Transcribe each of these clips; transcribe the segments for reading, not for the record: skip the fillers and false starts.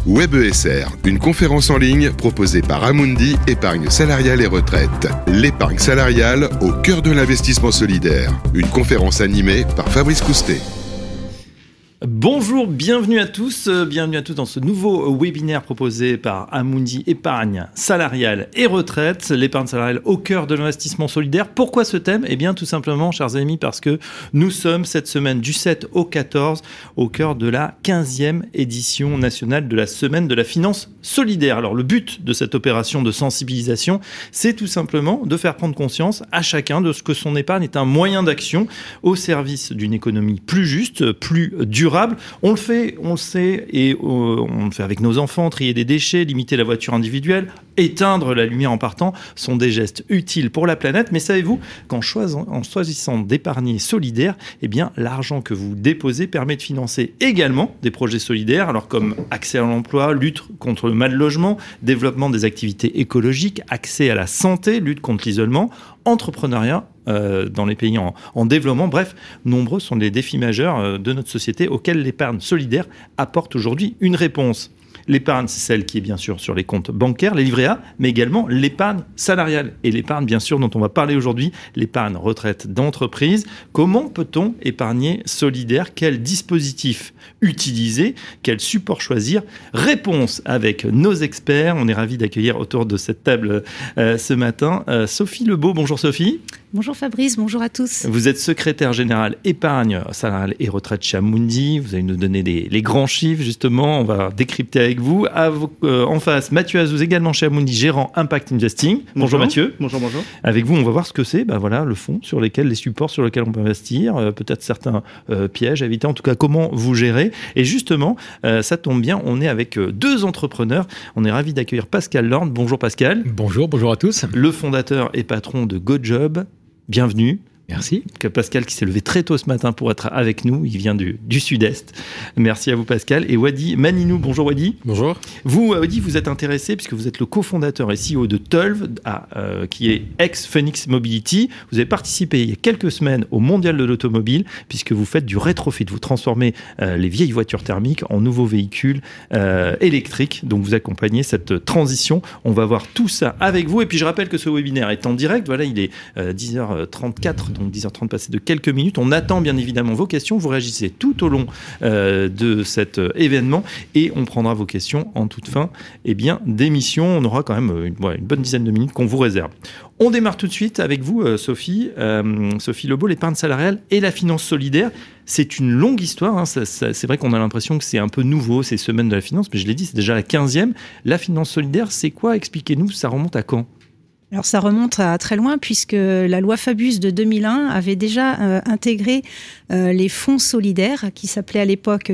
WebESR, une conférence en ligne proposée par Amundi Épargne salariale et retraite. L'épargne salariale au cœur de l'investissement solidaire. Une conférence animée par Fabrice Coustet. Bonjour, bienvenue à tous dans ce nouveau webinaire proposé par Amundi Épargne salariale et retraite, l'épargne salariale au cœur de l'investissement solidaire. Pourquoi ce thème ? Eh bien tout simplement, chers amis, parce que nous sommes cette semaine du 7 au 14 au cœur de la 15e édition nationale de la semaine de la finance solidaire. Alors le but de cette opération de sensibilisation, c'est tout simplement de faire prendre conscience à chacun de ce que son épargne est un moyen d'action au service d'une économie plus juste, plus durable. On le fait, on le sait, et on le fait avec nos enfants, trier des déchets, limiter la voiture individuelle, éteindre la lumière en partant, sont des gestes utiles pour la planète. Mais savez-vous qu'en choisissant d'épargner solidaire, eh bien, l'argent que vous déposez permet de financer également des projets solidaires, alors comme accès à l'emploi, lutte contre le mal logement, développement des activités écologiques, accès à la santé, lutte contre l'isolement, entrepreneuriat, dans les pays en développement. Bref, nombreux sont les défis majeurs de notre société auxquels l'épargne solidaire apporte aujourd'hui une réponse. L'épargne, c'est celle qui est bien sûr sur les comptes bancaires, les livrets A, mais également l'épargne salariale. Et l'épargne, bien sûr, dont on va parler aujourd'hui, l'épargne retraite d'entreprise. Comment peut-on épargner solidaire ? Quel dispositif utiliser ? Quel support choisir ? Réponse avec nos experts. On est ravis d'accueillir autour de cette table ce matin Sophie Lebeau. Bonjour Sophie. Bonjour Fabrice, bonjour à tous. Vous êtes secrétaire générale épargne salariale et retraite chez Amundi. Vous allez nous donner les grands chiffres, justement. On va décrypter avec vous. En face, Mathieu Azouz, également chez Amundi, gérant Impact Investing. Bonjour Mathieu. Bonjour. Avec vous, on va voir ce que c'est. Le fonds sur lesquels, les supports sur lesquels on peut investir. Peut-être certains pièges à éviter. En tout cas, comment vous gérez. Et justement, ça tombe bien, on est avec deux entrepreneurs. On est ravis d'accueillir Pascal Lorne. Bonjour Pascal. Bonjour à tous. Le fondateur et patron de GoJob. Bienvenue. Merci. Pascal qui s'est levé très tôt ce matin pour être avec nous. Il vient du sud-est. Merci à vous Pascal. Et Wadi Maninou. Bonjour Wadi. Bonjour. Vous, Wadi, vous êtes intéressé puisque vous êtes le cofondateur et CEO de Tolv, qui est ex-Phoenix Mobility. Vous avez participé il y a quelques semaines au Mondial de l'automobile puisque vous faites du rétrofit. Vous transformez les vieilles voitures thermiques en nouveaux véhicules électriques. Donc vous accompagnez cette transition. On va voir tout ça avec vous. Et puis je rappelle que ce webinaire est en direct. Voilà, il est 10h34. Donc 10h30 passé de quelques minutes. On attend bien évidemment vos questions. Vous réagissez tout au long de cet événement et on prendra vos questions en toute fin d'émission. On aura quand même une bonne dizaine de minutes qu'on vous réserve. On démarre tout de suite avec vous, Sophie. Sophie Lebeau, l'épargne salariale et la finance solidaire. C'est une longue histoire. C'est vrai qu'on a l'impression que c'est un peu nouveau, ces semaines de la finance, mais je l'ai dit, c'est déjà la 15e. La finance solidaire, c'est quoi ? Expliquez-nous, ça remonte à quand ? Alors ça remonte à très loin puisque la loi Fabius de 2001 avait déjà intégré les fonds solidaires qui s'appelaient à l'époque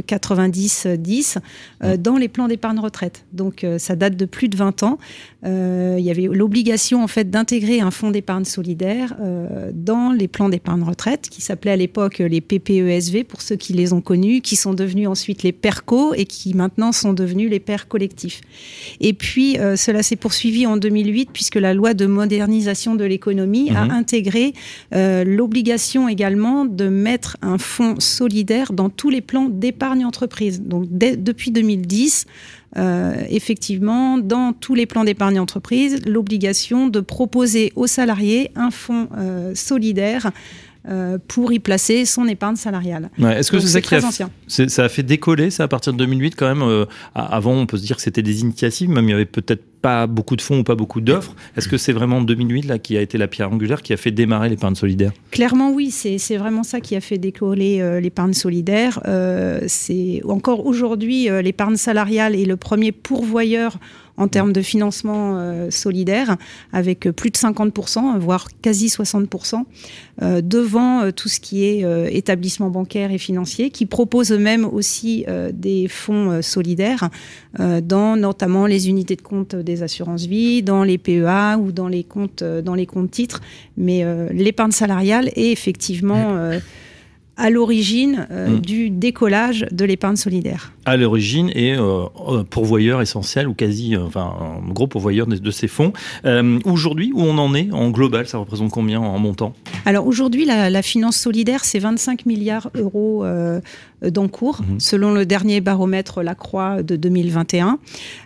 90-10 dans les plans d'épargne retraite. Donc ça date de plus de 20 ans. Il y avait l'obligation en fait d'intégrer un fonds d'épargne solidaire dans les plans d'épargne retraite qui s'appelaient à l'époque les PPESV pour ceux qui les ont connus, qui sont devenus ensuite les PERCO et qui maintenant sont devenus les PER collectifs. Et puis cela s'est poursuivi en 2008 puisque la loi de modernisation de l'économie a intégré l'obligation également de mettre un fonds solidaire dans tous les plans d'épargne entreprise. Donc depuis 2010, effectivement, dans tous les plans d'épargne entreprise, l'obligation de proposer aux salariés un fonds solidaire pour y placer son épargne salariale. Ouais, est-ce que donc, c'est ça a fait décoller ça à partir de 2008 quand même avant, on peut se dire que c'était des initiatives, même il y avait peut-être pas beaucoup de fonds ou pas beaucoup d'offres. Est-ce que c'est vraiment 2008 là, qui a été la pierre angulaire, qui a fait démarrer l'épargne solidaire ? Clairement, oui. C'est vraiment ça qui a fait décoller l'épargne solidaire. C'est encore aujourd'hui, l'épargne salariale est le premier pourvoyeur en termes de financement solidaire, avec plus de 50%, voire quasi 60%, devant tout ce qui est établissements bancaires et financiers, qui proposent eux-mêmes aussi des fonds solidaires, dans notamment les unités de compte des assurances-vie, dans les PEA ou dans les comptes titres. Mais l'épargne salariale est effectivement à l'origine du décollage de l'épargne solidaire. À l'origine et pourvoyeur essentiel ou quasi, un gros pourvoyeur de ces fonds. Aujourd'hui, où on en est en global, ça représente combien en montant ? Alors aujourd'hui, la finance solidaire, c'est 25 milliards d'euros d'encours, selon le dernier baromètre Lacroix de 2021.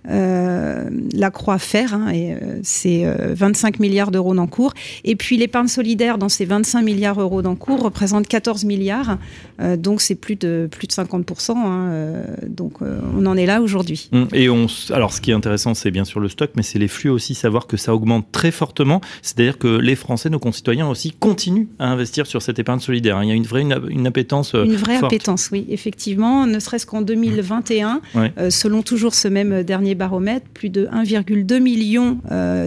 Lacroix Fer, c'est 25 milliards d'euros d'encours. Et puis l'épargne solidaire dans ces 25 milliards d'euros d'encours représente 14 milliards. Donc c'est plus de 50%. Donc on en est là aujourd'hui. Et alors ce qui est intéressant, c'est bien sûr le stock, mais c'est les flux aussi, savoir que ça augmente très fortement. C'est-à-dire que les Français, nos concitoyens aussi, continuent à investir sur cette épargne solidaire. Il y a une appétence forte. Une vraie appétence, oui, effectivement. Ne serait-ce qu'en 2021, selon toujours ce même dernier baromètre, plus de 1,2 million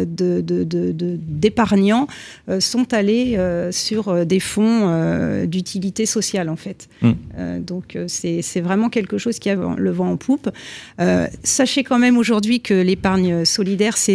d'épargnants sont allés sur des fonds d'utilité sociale, en fait. Donc c'est vraiment quelque chose qui a le vent en poupe. Sachez quand même aujourd'hui que l'épargne solidaire, c'est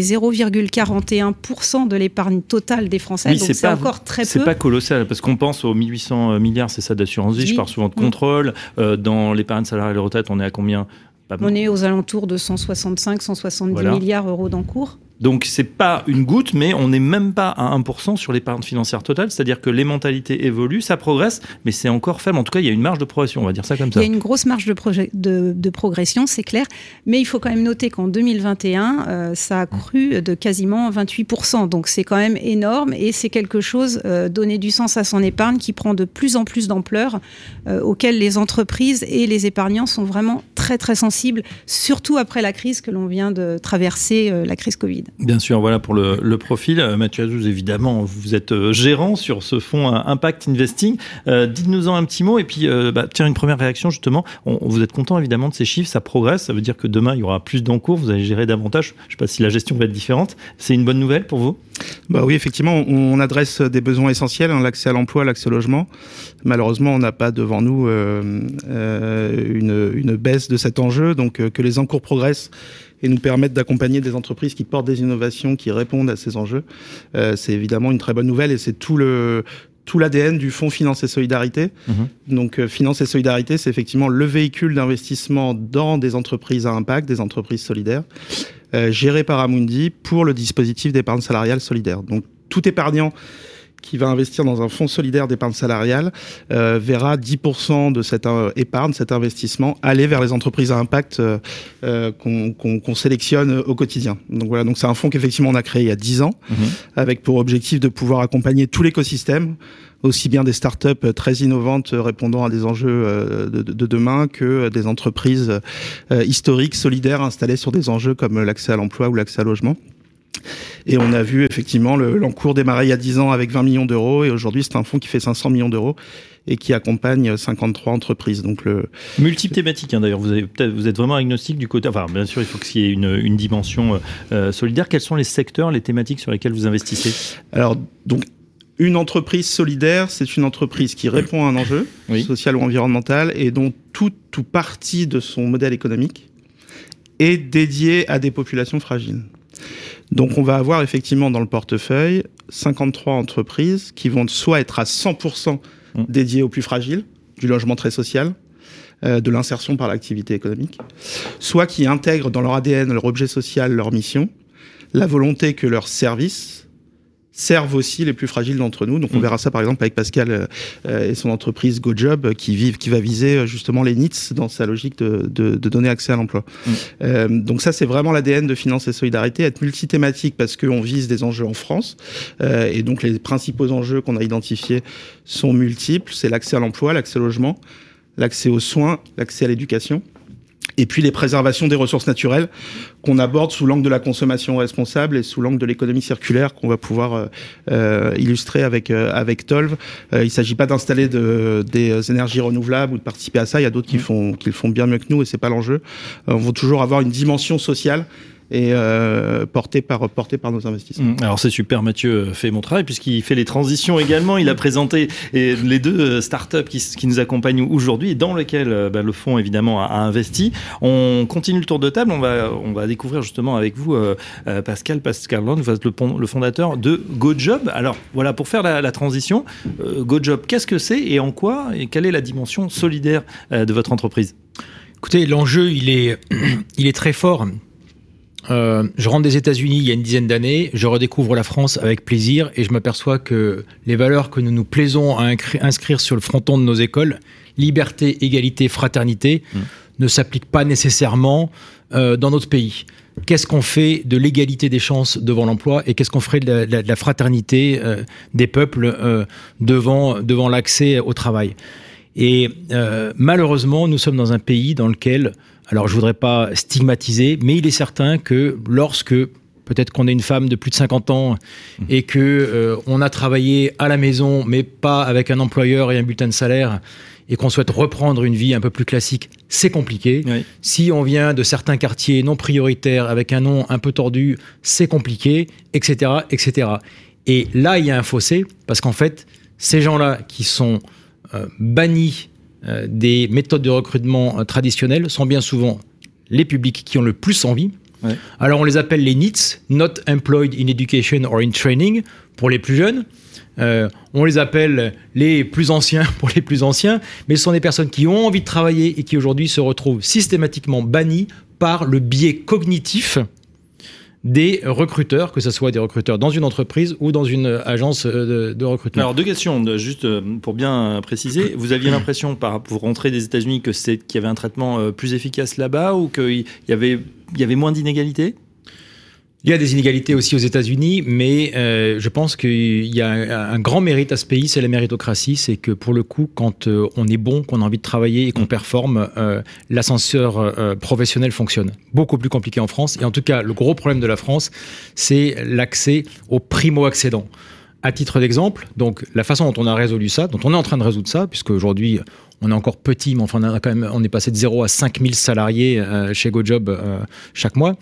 0,41% de l'épargne totale des Français. Oui, donc c'est encore très peu. C'est pas colossal, parce qu'on pense aux 1800 milliards, c'est ça, d'assurance vie. Je parle souvent de contrôle. Dans l'épargne salariale et retraite, on est à combien ? On est aux alentours de 165-170 milliards d'euros d'encours. Donc c'est pas une goutte, mais on n'est même pas à 1% sur l'épargne financière totale, c'est-à-dire que les mentalités évoluent, ça progresse, mais c'est encore faible. En tout cas, il y a une marge de progression, on va dire ça comme ça. Il y a une grosse marge de progression, c'est clair, mais il faut quand même noter qu'en 2021, ça a cru de quasiment 28%, donc c'est quand même énorme, et c'est quelque chose, donner du sens à son épargne, qui prend de plus en plus d'ampleur, auquel les entreprises et les épargnants sont vraiment très très sensibles, surtout après la crise que l'on vient de traverser, la crise Covid. Bien sûr, voilà pour le profil. Mathieu Azouz, évidemment, vous êtes gérant sur ce fonds Impact Investing. Dites-nous-en un petit mot et puis tiens, une première réaction justement. Vous êtes content évidemment de ces chiffres, ça progresse, ça veut dire que demain il y aura plus d'encours, vous allez gérer davantage. Je ne sais pas si la gestion va être différente. C'est une bonne nouvelle pour vous ? Oui, effectivement, on adresse des besoins essentiels, l'accès à l'emploi, l'accès au logement. Malheureusement, on n'a pas devant nous une baisse de cet enjeu, donc que les encours progressent et nous permettent d'accompagner des entreprises qui portent des innovations, qui répondent à ces enjeux. C'est évidemment une très bonne nouvelle et c'est tout l'ADN du fonds Finance et Solidarité. Donc Finance et Solidarité, c'est effectivement le véhicule d'investissement dans des entreprises à impact, des entreprises solidaires, gérées par Amundi pour le dispositif d'épargne salariale solidaire. Donc tout épargnant qui va investir dans un fonds solidaire d'épargne salariale verra 10% de cette épargne, cet investissement, aller vers les entreprises à impact qu'on sélectionne au quotidien. Donc voilà, donc c'est un fonds qu'effectivement on a créé il y a 10 ans, avec pour objectif de pouvoir accompagner tout l'écosystème, aussi bien des startups très innovantes répondant à des enjeux de demain que des entreprises historiques, solidaires, installées sur des enjeux comme l'accès à l'emploi ou l'accès à logement. Et on a vu effectivement l'encours démarrer il y a 10 ans avec 20 millions d'euros et aujourd'hui c'est un fonds qui fait 500 millions d'euros et qui accompagne 53 entreprises. Donc multiple thématique d'ailleurs, vous êtes vraiment agnostique du côté, enfin bien sûr il faut qu'il y ait une dimension solidaire. Quels sont les secteurs, les thématiques sur lesquelles vous investissez ? Alors donc une entreprise solidaire, c'est une entreprise qui répond à un enjeu social ou environnemental et dont tout partie de son modèle économique est dédiée à des populations fragiles. Donc on va avoir effectivement dans le portefeuille 53 entreprises qui vont soit être à 100% dédiées aux plus fragiles, du logement très social, de l'insertion par l'activité économique, soit qui intègrent dans leur ADN, leur objet social, leur mission, la volonté que leurs services servent aussi les plus fragiles d'entre nous. Donc on verra ça par exemple avec Pascal et son entreprise GoJob qui va viser justement les NEETs dans sa logique de donner accès à l'emploi. Donc ça c'est vraiment l'ADN de Finance et Solidarité, être multithématique parce qu'on vise des enjeux en France et donc les principaux enjeux qu'on a identifiés sont multiples, c'est l'accès à l'emploi, l'accès au logement, l'accès aux soins, l'accès à l'éducation. Et puis les préservations des ressources naturelles qu'on aborde sous l'angle de la consommation responsable et sous l'angle de l'économie circulaire qu'on va pouvoir illustrer avec Tolv. Il ne s'agit pas d'installer des énergies renouvelables ou de participer à ça. Il y a d'autres qui le font bien mieux que nous et c'est pas l'enjeu. On va toujours avoir une dimension sociale et porté par nos investisseurs. Alors c'est super, Mathieu fait mon travail puisqu'il fait les transitions également. Il a présenté les deux startups qui nous accompagnent aujourd'hui et dans lesquelles le fonds évidemment a investi. On continue le tour de table. On va découvrir justement avec vous Pascal Land, vous êtes le fondateur de GoJob. Alors voilà, pour faire la transition, GoJob, qu'est-ce que c'est et en quoi et quelle est la dimension solidaire de votre entreprise? Écoutez, l'enjeu il est très fort. Je rentre des États-Unis il y a une dizaine d'années, je redécouvre la France avec plaisir et je m'aperçois que les valeurs que nous nous plaisons à inscrire sur le fronton de nos écoles, liberté, égalité, fraternité, ne s'appliquent pas nécessairement dans notre pays. Qu'est-ce qu'on fait de l'égalité des chances devant l'emploi et qu'est-ce qu'on ferait de la fraternité des peuples devant l'accès au travail? Et malheureusement, nous sommes dans un pays dans lequel, alors je ne voudrais pas stigmatiser, mais il est certain que lorsque, peut-être qu'on est une femme de plus de 50 ans et qu'on a travaillé à la maison, mais pas avec un employeur et un bulletin de salaire, et qu'on souhaite reprendre une vie un peu plus classique, c'est compliqué. Oui. Si on vient de certains quartiers non prioritaires avec un nom un peu tordu, c'est compliqué, etc., etc. Et là, il y a un fossé, parce qu'en fait, ces gens-là qui sont bannis des méthodes de recrutement traditionnelles sont bien souvent les publics qui ont le plus envie. Ouais. Alors, on les appelle les NEETs, Not Employed in Education or in Training, pour les plus jeunes. On les appelle les plus anciens pour les plus anciens, mais ce sont des personnes qui ont envie de travailler et qui aujourd'hui se retrouvent systématiquement bannies par le biais cognitif des recruteurs, que ce soit des recruteurs dans une entreprise ou dans une agence de recrutement. Alors, deux questions, juste pour bien préciser. Vous aviez l'impression, pour rentrer des États-Unis, qu'il y avait un traitement plus efficace là-bas ou qu'il y avait moins d'inégalités ? Il y a des inégalités aussi aux États-Unis, mais je pense qu'il y a un grand mérite à ce pays, c'est la méritocratie. C'est que pour le coup, quand on est bon, qu'on a envie de travailler et qu'on performe, l'ascenseur professionnel fonctionne. Beaucoup plus compliqué en France. Et en tout cas, le gros problème de la France, c'est l'accès aux primo-accédants. À titre d'exemple, donc la façon dont on a résolu ça, dont on est en train de résoudre ça, puisque aujourd'hui on est encore petit, mais enfin on est passé de 0 à 5000 salariés chez GoJob chaque mois,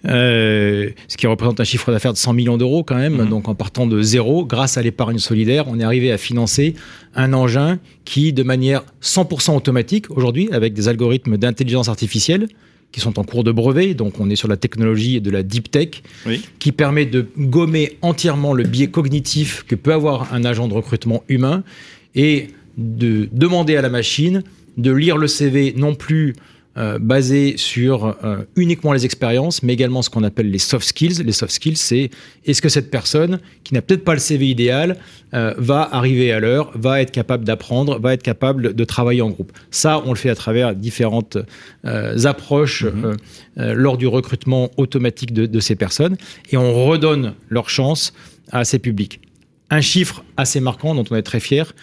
ce qui représente un chiffre d'affaires de 100 millions d'euros quand même. Donc en partant de zéro, grâce à l'épargne solidaire, on est arrivé à financer un engin qui, de manière 100% automatique aujourd'hui, avec des algorithmes d'intelligence artificielle, qui sont en cours de brevet, donc on est sur la technologie de la deep tech, oui, qui permet de gommer entièrement le biais cognitif que peut avoir un agent de recrutement humain et de demander à la machine de lire le CV non plus basé sur uniquement les expériences, mais également ce qu'on appelle les soft skills. Les soft skills, c'est est-ce que cette personne, qui n'a peut-être pas le CV idéal, va arriver à l'heure, va être capable d'apprendre, va être capable de travailler en groupe. Ça, on le fait à travers différentes approches lors du recrutement automatique de ces personnes, et on redonne leur chance à ces publics. Un chiffre assez marquant dont on est très fier,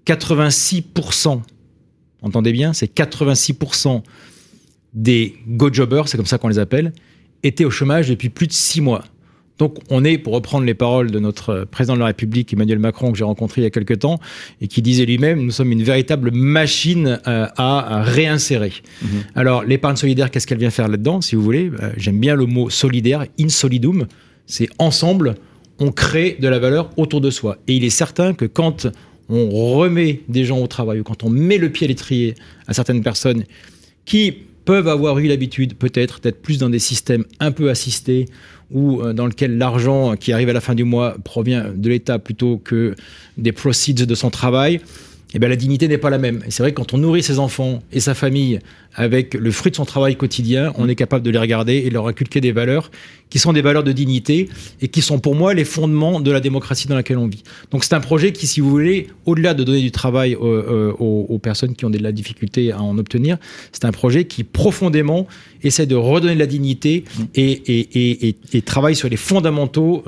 86%, entendez bien, c'est 86% des GoJobbers, c'est comme ça qu'on les appelle, étaient au chômage depuis plus de 6 mois. Donc on est, pour reprendre les paroles de notre président de la République, Emmanuel Macron, que j'ai rencontré il y a quelques temps, et qui disait lui-même, nous sommes une véritable machine à réinsérer. Alors l'épargne solidaire, qu'est-ce qu'elle vient faire là-dedans, si vous voulez? J'aime bien le mot solidaire, in solidum, c'est ensemble, on crée de la valeur autour de soi. Et il est certain que quand on remet des gens au travail, ou quand on met le pied à l'étrier à certaines personnes qui peuvent avoir eu l'habitude peut-être d'être plus dans des systèmes un peu assistés ou dans lequel l'argent qui arrive à la fin du mois provient de l'État plutôt que des proceeds de son travail, eh bien, la dignité n'est pas la même. Et c'est vrai que quand on nourrit ses enfants et sa famille avec le fruit de son travail quotidien, on est capable de les regarder et de leur inculquer des valeurs qui sont des valeurs de dignité et qui sont pour moi les fondements de la démocratie dans laquelle on vit. Donc c'est un projet qui, si vous voulez, au-delà de donner du travail aux personnes qui ont de la difficulté à en obtenir, c'est un projet qui profondément essaie de redonner de la dignité et travaille sur les fondamentaux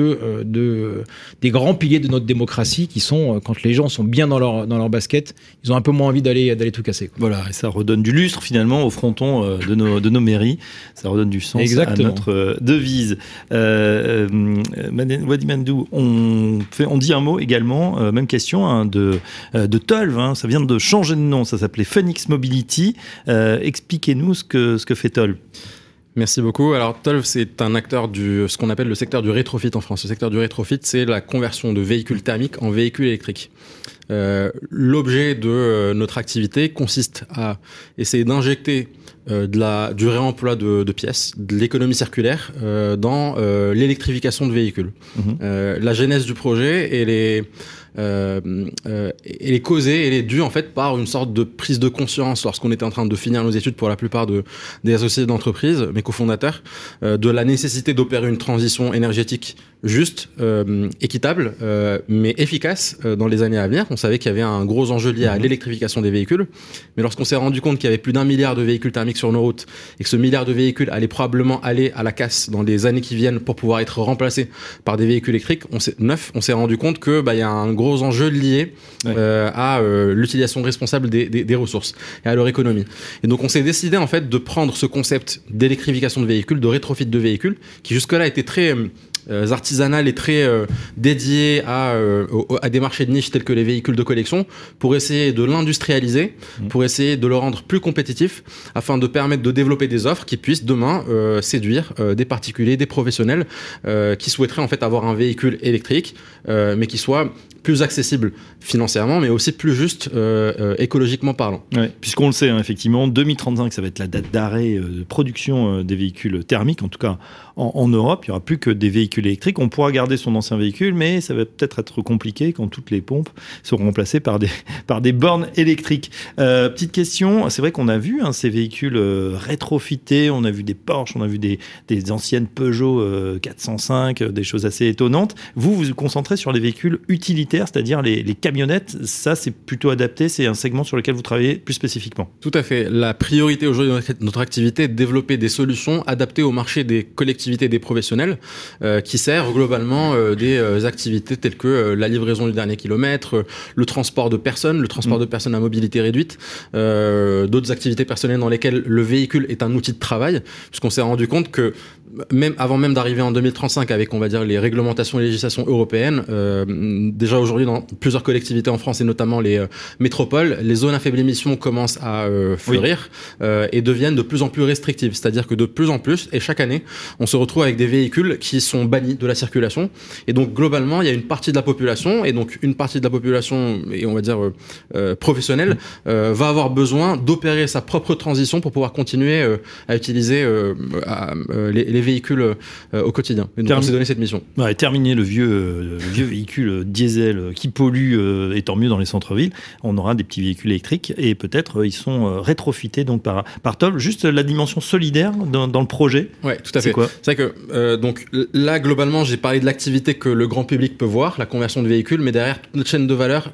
des grands piliers de notre démocratie qui sont, quand les gens sont bien dans leur basket, ils ont un peu moins envie d'aller tout casser. Voilà, et ça redonne du lustre finalement au fronton de nos mairies, ça redonne du sens Exactement. À notre devise. Wadi Mandou, on dit un mot également, même question de Tolv, ça vient de changer de nom, ça s'appelait Phoenix Mobility. Expliquez-nous ce que fait Tolv. Merci beaucoup. Alors Tolv, c'est un acteur ce qu'on appelle le secteur du rétrofit en France. Le secteur du rétrofit, c'est la conversion de véhicules thermiques en véhicules électriques. L'objet de notre activité consiste à essayer d'injecter du réemploi de pièces, de l'économie circulaire dans l'électrification de véhicules. La genèse du projet, elle est causée, elle est due en fait par une sorte de prise de conscience lorsqu'on était en train de finir nos études pour la plupart des associés d'entreprise, mes cofondateurs, de la nécessité d'opérer une transition énergétique juste, équitable, mais efficace dans les années à venir. On savait qu'il y avait un gros enjeu lié à l'électrification des véhicules, mais lorsqu'on s'est rendu compte qu'il y avait plus d'1 milliard de véhicules thermiques sur nos routes et que ce milliard de véhicules allait probablement aller à la casse dans les années qui viennent pour pouvoir être remplacés par des véhicules électriques, on s'est rendu compte que il y a un gros enjeu lié à l'utilisation responsable des ressources et à leur économie. Et donc on s'est décidé en fait de prendre ce concept d'électrification de véhicules, de rétrofit de véhicules, qui jusque-là était très artisanal et très dédié à des marchés de niche tels que les véhicules de collection, pour essayer de l'industrialiser, pour essayer de le rendre plus compétitif, afin de permettre de développer des offres qui puissent demain séduire des particuliers, des professionnels qui souhaiteraient en fait avoir un véhicule électrique, mais qui soit plus accessible financièrement, mais aussi plus juste écologiquement parlant. Ouais, puisqu'on le sait, effectivement, 2035, ça va être la date d'arrêt de production des véhicules thermiques, en tout cas en Europe. Il n'y aura plus que des véhicules électriques. On pourra garder son ancien véhicule, mais ça va peut-être être compliqué quand toutes les pompes seront remplacées par des bornes électriques. Petite question, c'est vrai qu'on a vu ces véhicules rétrofités, on a vu des Porsche, on a vu des anciennes Peugeot 405, des choses assez étonnantes. Vous vous concentrez sur les véhicules utilitaires, c'est-à-dire les camionnettes. Ça, c'est plutôt adapté, c'est un segment sur lequel vous travaillez plus spécifiquement. Tout à fait. La priorité aujourd'hui de notre activité est de développer des solutions adaptées au marché des collectivités, des professionnels, qui servent globalement des activités telles que la livraison du dernier kilomètre, le transport de personnes à mobilité réduite, d'autres activités personnelles dans lesquelles le véhicule est un outil de travail, puisqu'on s'est rendu compte que avant même d'arriver en 2035 avec, on va dire, les réglementations et législations européennes, déjà aujourd'hui dans plusieurs collectivités en France et notamment les métropoles, les zones à faible émission commencent à fleurir et deviennent de plus en plus restrictives. C'est-à-dire que de plus en plus, et chaque année, on se retrouve avec des véhicules qui sont bannis de la circulation. Et donc globalement, il y a une partie de la population, et donc une partie de la population, et on va dire professionnelle, va avoir besoin d'opérer sa propre transition pour pouvoir continuer à utiliser les véhicules au quotidien. Et donc on s'est donné cette mission. Ouais, terminer le vieux véhicule diesel qui pollue, étant mieux dans les centres-villes. On aura des petits véhicules électriques et peut-être ils sont rétrofités donc par Tolv. Juste la dimension solidaire dans le projet. Ouais, tout à fait. C'est vrai que donc là globalement j'ai parlé de l'activité que le grand public peut voir, la conversion de véhicules, mais derrière toute notre chaîne de valeur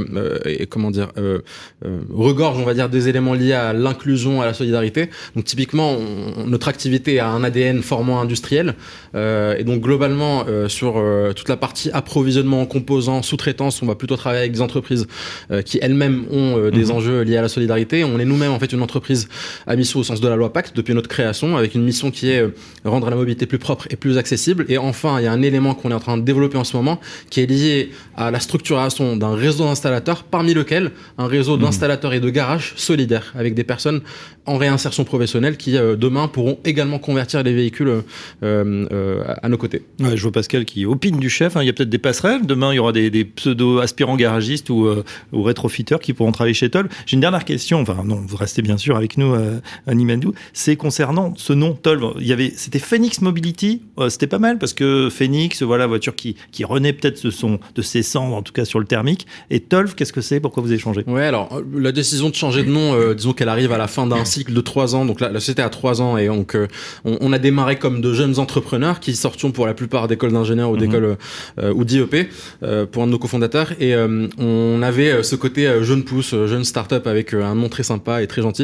regorge, on va dire, des éléments liés à l'inclusion, à la solidarité. Donc typiquement notre activité a un ADN fortement industriel, et donc globalement sur toute la partie approvisionnement en composants, sous-traitance, on va plutôt travailler avec des entreprises qui elles-mêmes ont des enjeux liés à la solidarité. On est nous-mêmes en fait une entreprise à mission au sens de la loi Pacte depuis notre création, avec une mission qui est rendre la mobilité plus propre et plus accessible. Et enfin, il y a un élément qu'on est en train de développer en ce moment qui est lié à la structuration d'un réseau d'installateurs, parmi lequel un réseau d'installateurs et de garages solidaires, avec des personnes en réinsertion professionnelle qui demain pourront également convertir les véhicules à nos côtés. Ouais, je vois Pascal qui opine du chef. Il y a peut-être des passerelles. Demain, il y aura des pseudo-aspirants garagistes ou rétrofiteurs qui pourront travailler chez Tolv. J'ai une dernière question. Enfin, non, vous restez bien sûr avec nous, Animandou. C'est concernant ce nom Tolv. C'était Phoenix Mobility. C'était pas mal parce que Phoenix, voilà, voiture qui renaît peut-être de ses cendres, en tout cas sur le thermique. Et Tolv, qu'est-ce que c'est? Pourquoi vous avez changé? Ouais, alors la décision de changer de nom, disons qu'elle arrive à la fin d'un cycle de 3 ans. Donc la société a 3 ans et donc on a démarré comme de jeunes entrepreneurs qui sortions pour la plupart d'écoles d'ingénieurs ou d'écoles ou d'IEP pour un de nos cofondateurs, et on avait ce côté jeune pousse, jeune start-up avec un nom très sympa et très gentil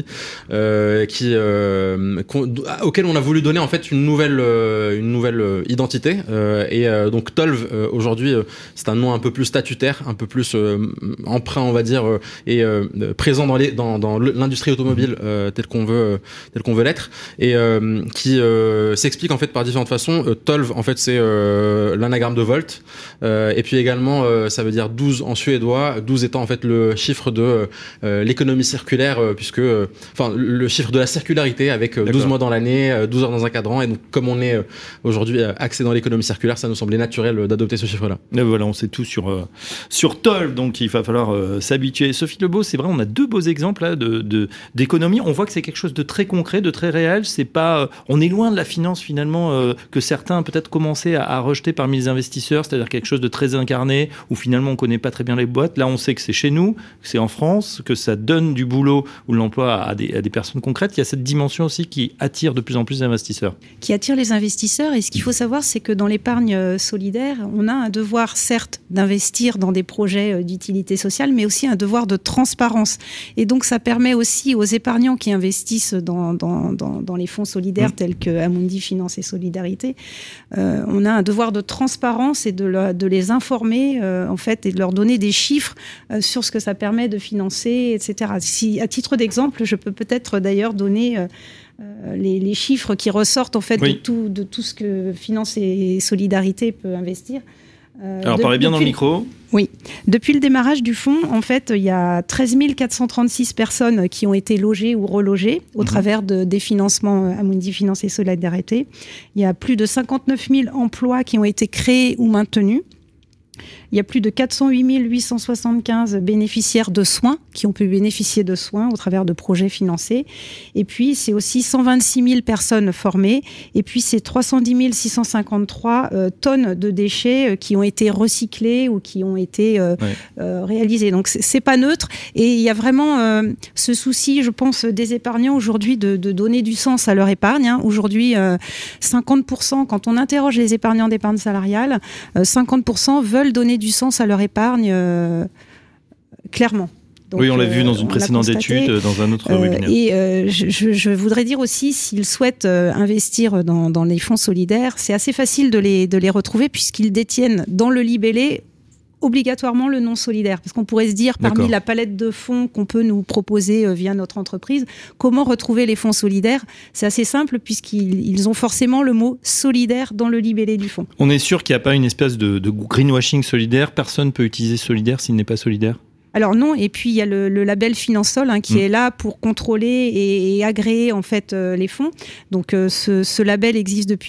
auquel on a voulu donner en fait une nouvelle identité, et donc Tolv aujourd'hui c'est un nom un peu plus statutaire, un peu plus emprunt, on va dire, et présent dans l'industrie automobile telle qu'on veut l'être, et qui s'explique en fait par différentes façons. TOLV, en fait, c'est l'anagramme de Volt. Et puis également, ça veut dire 12 en suédois, 12 étant en fait le chiffre de l'économie circulaire, puisque, le chiffre de la circularité avec 12 mois dans l'année, 12 heures dans un cadran. Et donc, comme on est aujourd'hui axé dans l'économie circulaire, ça nous semblait naturel d'adopter ce chiffre-là. Et voilà, on sait tout sur TOLV, donc il va falloir s'habituer. Sophie Lebeau, c'est vrai, on a deux beaux exemples là, d'économie. On voit que c'est quelque chose de très concret, de très réel. C'est pas, on est loin de la finance finalement que certains peut-être commençaient à rejeter parmi les investisseurs, c'est-à-dire quelque chose de très incarné où finalement on connaît pas très bien les boîtes. Là, on sait que c'est chez nous, que c'est en France, que ça donne du boulot ou de l'emploi à des personnes concrètes. Il y a cette dimension aussi qui attire de plus en plus d'investisseurs. Qui attire les investisseurs. Et ce qu'il faut savoir, c'est que dans l'épargne solidaire, on a un devoir, certes, d'investir dans des projets d'utilité sociale, mais aussi un devoir de transparence. Et donc, ça permet aussi aux épargnants qui investissent dans les fonds solidaires tels que Amundi Finance et Solidarité, on a un devoir de transparence et de les informer, en fait, et de leur donner des chiffres sur ce que ça permet de financer, etc. Si, à titre d'exemple, je peux peut-être d'ailleurs donner les chiffres qui ressortent en fait de tout ce que Finance et Solidarité peut investir. Alors, parlez bien dans le micro. Oui. Depuis le démarrage du fonds, en fait, il y a 13 436 personnes qui ont été logées ou relogées au travers des financements Amundi Finance et Solidarité. Il y a plus de 59 000 emplois qui ont été créés ou maintenus. Il y a plus de 408 875 bénéficiaires de soins qui ont pu bénéficier de soins au travers de projets financés. Et puis, c'est aussi 126 000 personnes formées. Et puis, c'est 310 653 tonnes de déchets qui ont été recyclés ou qui ont été réalisés. Donc, c'est pas neutre. Et il y a vraiment ce souci, je pense, des épargnants aujourd'hui de donner du sens à leur épargne. Aujourd'hui, 50%, quand on interroge les épargnants d'épargne salariale, 50% veulent donner du sens à leur épargne, clairement. Donc, oui, on l'a vu dans une précédente étude, dans un autre webinaire. Et je voudrais dire aussi, s'ils souhaitent investir dans les fonds solidaires, c'est assez facile de les retrouver puisqu'ils détiennent dans le libellé obligatoirement le nom solidaire. Parce qu'on pourrait se dire, parmi la palette de fonds qu'on peut nous proposer via notre entreprise, comment retrouver les fonds solidaires ? C'est assez simple puisqu'ils ont forcément le mot solidaire dans le libellé du fonds. On est sûr qu'il n'y a pas une espèce de greenwashing solidaire. Personne ne peut utiliser solidaire s'il n'est pas solidaire ? Alors non, et puis il y a le label Finansol qui est là pour contrôler et agréer en fait les fonds. Donc ce label existe depuis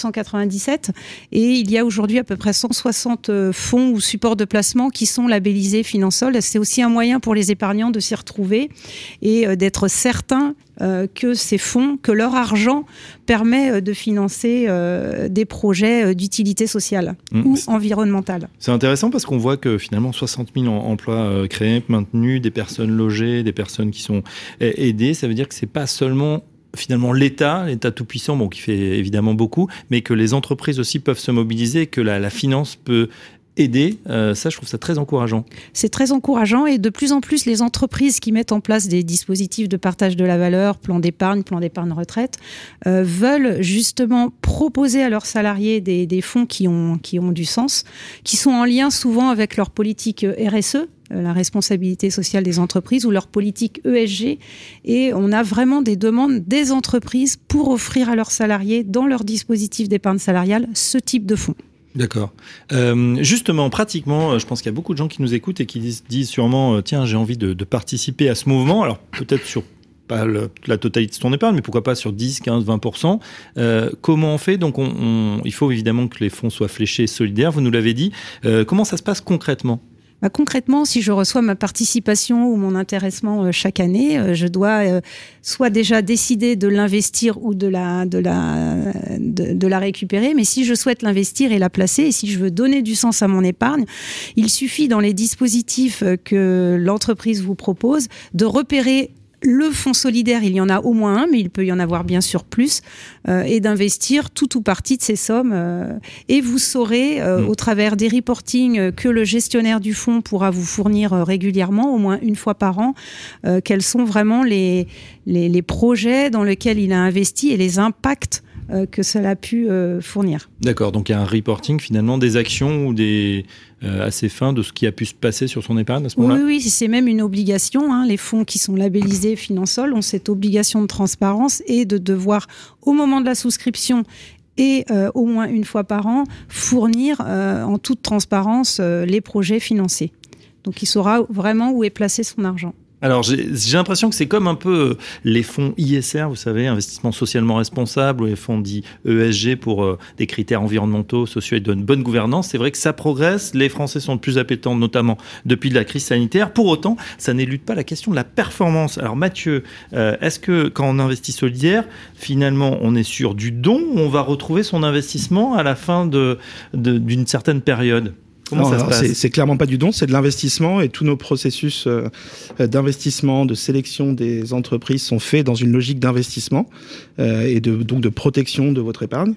1997 et il y a aujourd'hui à peu près 160 fonds ou supports de placement qui sont labellisés Finansol. C'est aussi un moyen pour les épargnants de s'y retrouver et d'être certains que ces fonds, que leur argent permet de financer des projets d'utilité sociale ou environnementale. C'est intéressant parce qu'on voit que finalement 60 000 emplois créés, maintenus, des personnes logées, des personnes qui sont aidées. Ça veut dire que c'est pas seulement finalement l'État tout-puissant, qui fait évidemment beaucoup, mais que les entreprises aussi peuvent se mobiliser, que la finance peut aider, ça je trouve ça très encourageant. C'est très encourageant et de plus en plus les entreprises qui mettent en place des dispositifs de partage de la valeur, plan d'épargne retraite, veulent justement proposer à leurs salariés des fonds qui ont du sens, qui sont en lien souvent avec leur politique RSE, la responsabilité sociale des entreprises, ou leur politique ESG, et on a vraiment des demandes des entreprises pour offrir à leurs salariés dans leur dispositif d'épargne salariale ce type de fonds. D'accord. Justement, pratiquement, je pense qu'il y a beaucoup de gens qui nous écoutent et qui disent sûrement tiens, j'ai envie de participer à ce mouvement. Alors, peut-être sur pas la totalité de ton épargne, mais pourquoi pas sur 10, 15, 20%. Comment on fait ? Donc, il faut évidemment que les fonds soient fléchés solidaires, vous nous l'avez dit. Comment ça se passe concrètement ? Concrètement, si je reçois ma participation ou mon intéressement chaque année, je dois soit déjà décider de l'investir ou de la récupérer. Mais si je souhaite l'investir et la placer, et si je veux donner du sens à mon épargne, il suffit dans les dispositifs que l'entreprise vous propose de repérer le fonds solidaire, il y en a au moins un, mais il peut y en avoir bien sûr plus, et d'investir tout ou partie de ces sommes. Et vous saurez, au travers des reportings que le gestionnaire du fonds pourra vous fournir régulièrement, au moins une fois par an, quels sont vraiment les projets dans lesquels il a investi et les impacts que cela a pu fournir. D'accord, donc il y a un reporting finalement des actions ou des assez fin de ce qui a pu se passer sur son épargne à ce moment-là. Oui, c'est même une obligation. Les fonds qui sont labellisés Finansol ont cette obligation de transparence et de devoir, au moment de la souscription et au moins une fois par an, fournir en toute transparence les projets financés. Donc il saura vraiment où est placé son argent. Alors, j'ai l'impression que c'est comme un peu les fonds ISR, vous savez, investissement socialement responsable, ou les fonds dits ESG pour des critères environnementaux, sociaux et de bonne gouvernance. C'est vrai que ça progresse, les Français sont de plus appétents, notamment depuis la crise sanitaire. Pour autant, ça n'élude pas la question de la performance. Alors Mathieu, est-ce que quand on investit solidaire, finalement, on est sur du don ou on va retrouver son investissement à la fin d'une certaine période ? Comment ça se passe ? C'est clairement pas du don, c'est de l'investissement et tous nos processus d'investissement, de sélection des entreprises sont faits dans une logique d'investissement et donc de protection de votre épargne.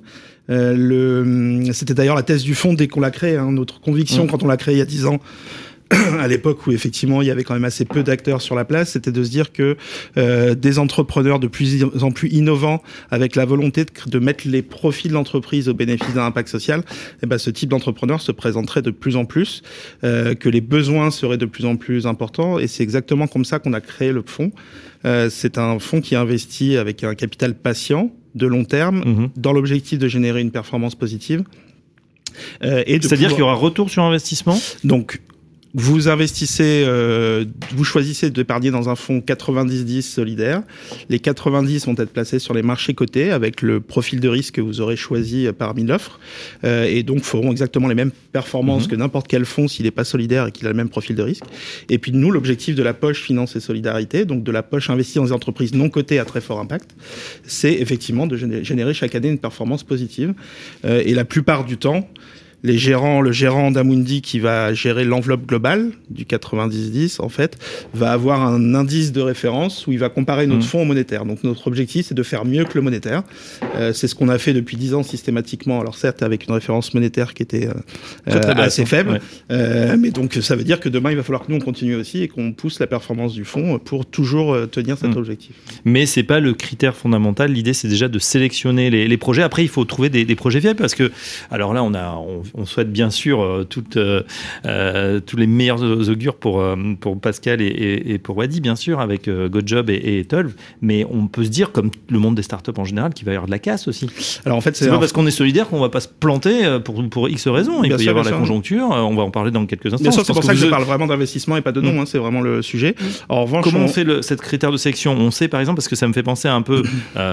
C'était d'ailleurs la thèse du fonds dès qu'on l'a créé, notre conviction quand on l'a créé il y a 10 ans. À l'époque où effectivement il y avait quand même assez peu d'acteurs sur la place, c'était de se dire que des entrepreneurs de plus en plus innovants, avec la volonté de mettre les profits de l'entreprise au bénéfice d'un impact social, ce type d'entrepreneur se présenterait de plus en plus, que les besoins seraient de plus en plus importants, et c'est exactement comme ça qu'on a créé le fonds. C'est un fonds qui investit avec un capital patient, de long terme, dans l'objectif de générer une performance positive. C'est-à-dire qu'il y aura retour sur investissement ? Donc, vous investissez, vous choisissez d'épargner dans un fonds 90-10 solidaire. Les 90 vont être placés sur les marchés cotés avec le profil de risque que vous aurez choisi parmi l'offre. Et donc, feront exactement les mêmes performances que n'importe quel fonds s'il n'est pas solidaire et qu'il a le même profil de risque. Et puis, nous, l'objectif de la poche Finance et Solidarité, donc de la poche investie dans des entreprises non cotées à très fort impact, c'est effectivement de générer chaque année une performance positive. Et la plupart du temps, le gérant d'Amundi qui va gérer l'enveloppe globale du 90-10, en fait, va avoir un indice de référence où il va comparer notre fonds au monétaire. Donc, notre objectif, c'est de faire mieux que le monétaire. C'est ce qu'on a fait depuis 10 ans systématiquement. Alors, certes, avec une référence monétaire qui était assez faible. Ouais. Mais donc, ça veut dire que demain, il va falloir que nous, on continue aussi et qu'on pousse la performance du fonds pour toujours tenir cet objectif. Mais c'est pas le critère fondamental. L'idée, c'est déjà de sélectionner les projets. Après, il faut trouver des projets viables parce que, alors là, on souhaite bien sûr tous les meilleurs augures pour Pascal et pour Wadi, bien sûr, avec GoJob et Etolve. Mais on peut se dire, comme le monde des startups en général, qu'il va y avoir de la casse aussi. Alors en fait, c'est pas parce qu'on est solidaire qu'on va pas se planter pour X raisons. Il peut y avoir la conjoncture. On va en parler dans quelques instants. Bien sûr, c'est pour ça que je parle vraiment d'investissement et pas de nom. C'est vraiment le sujet. En revanche, comment on fait cette critère de sélection ? On sait, par exemple, parce que ça me fait penser un peu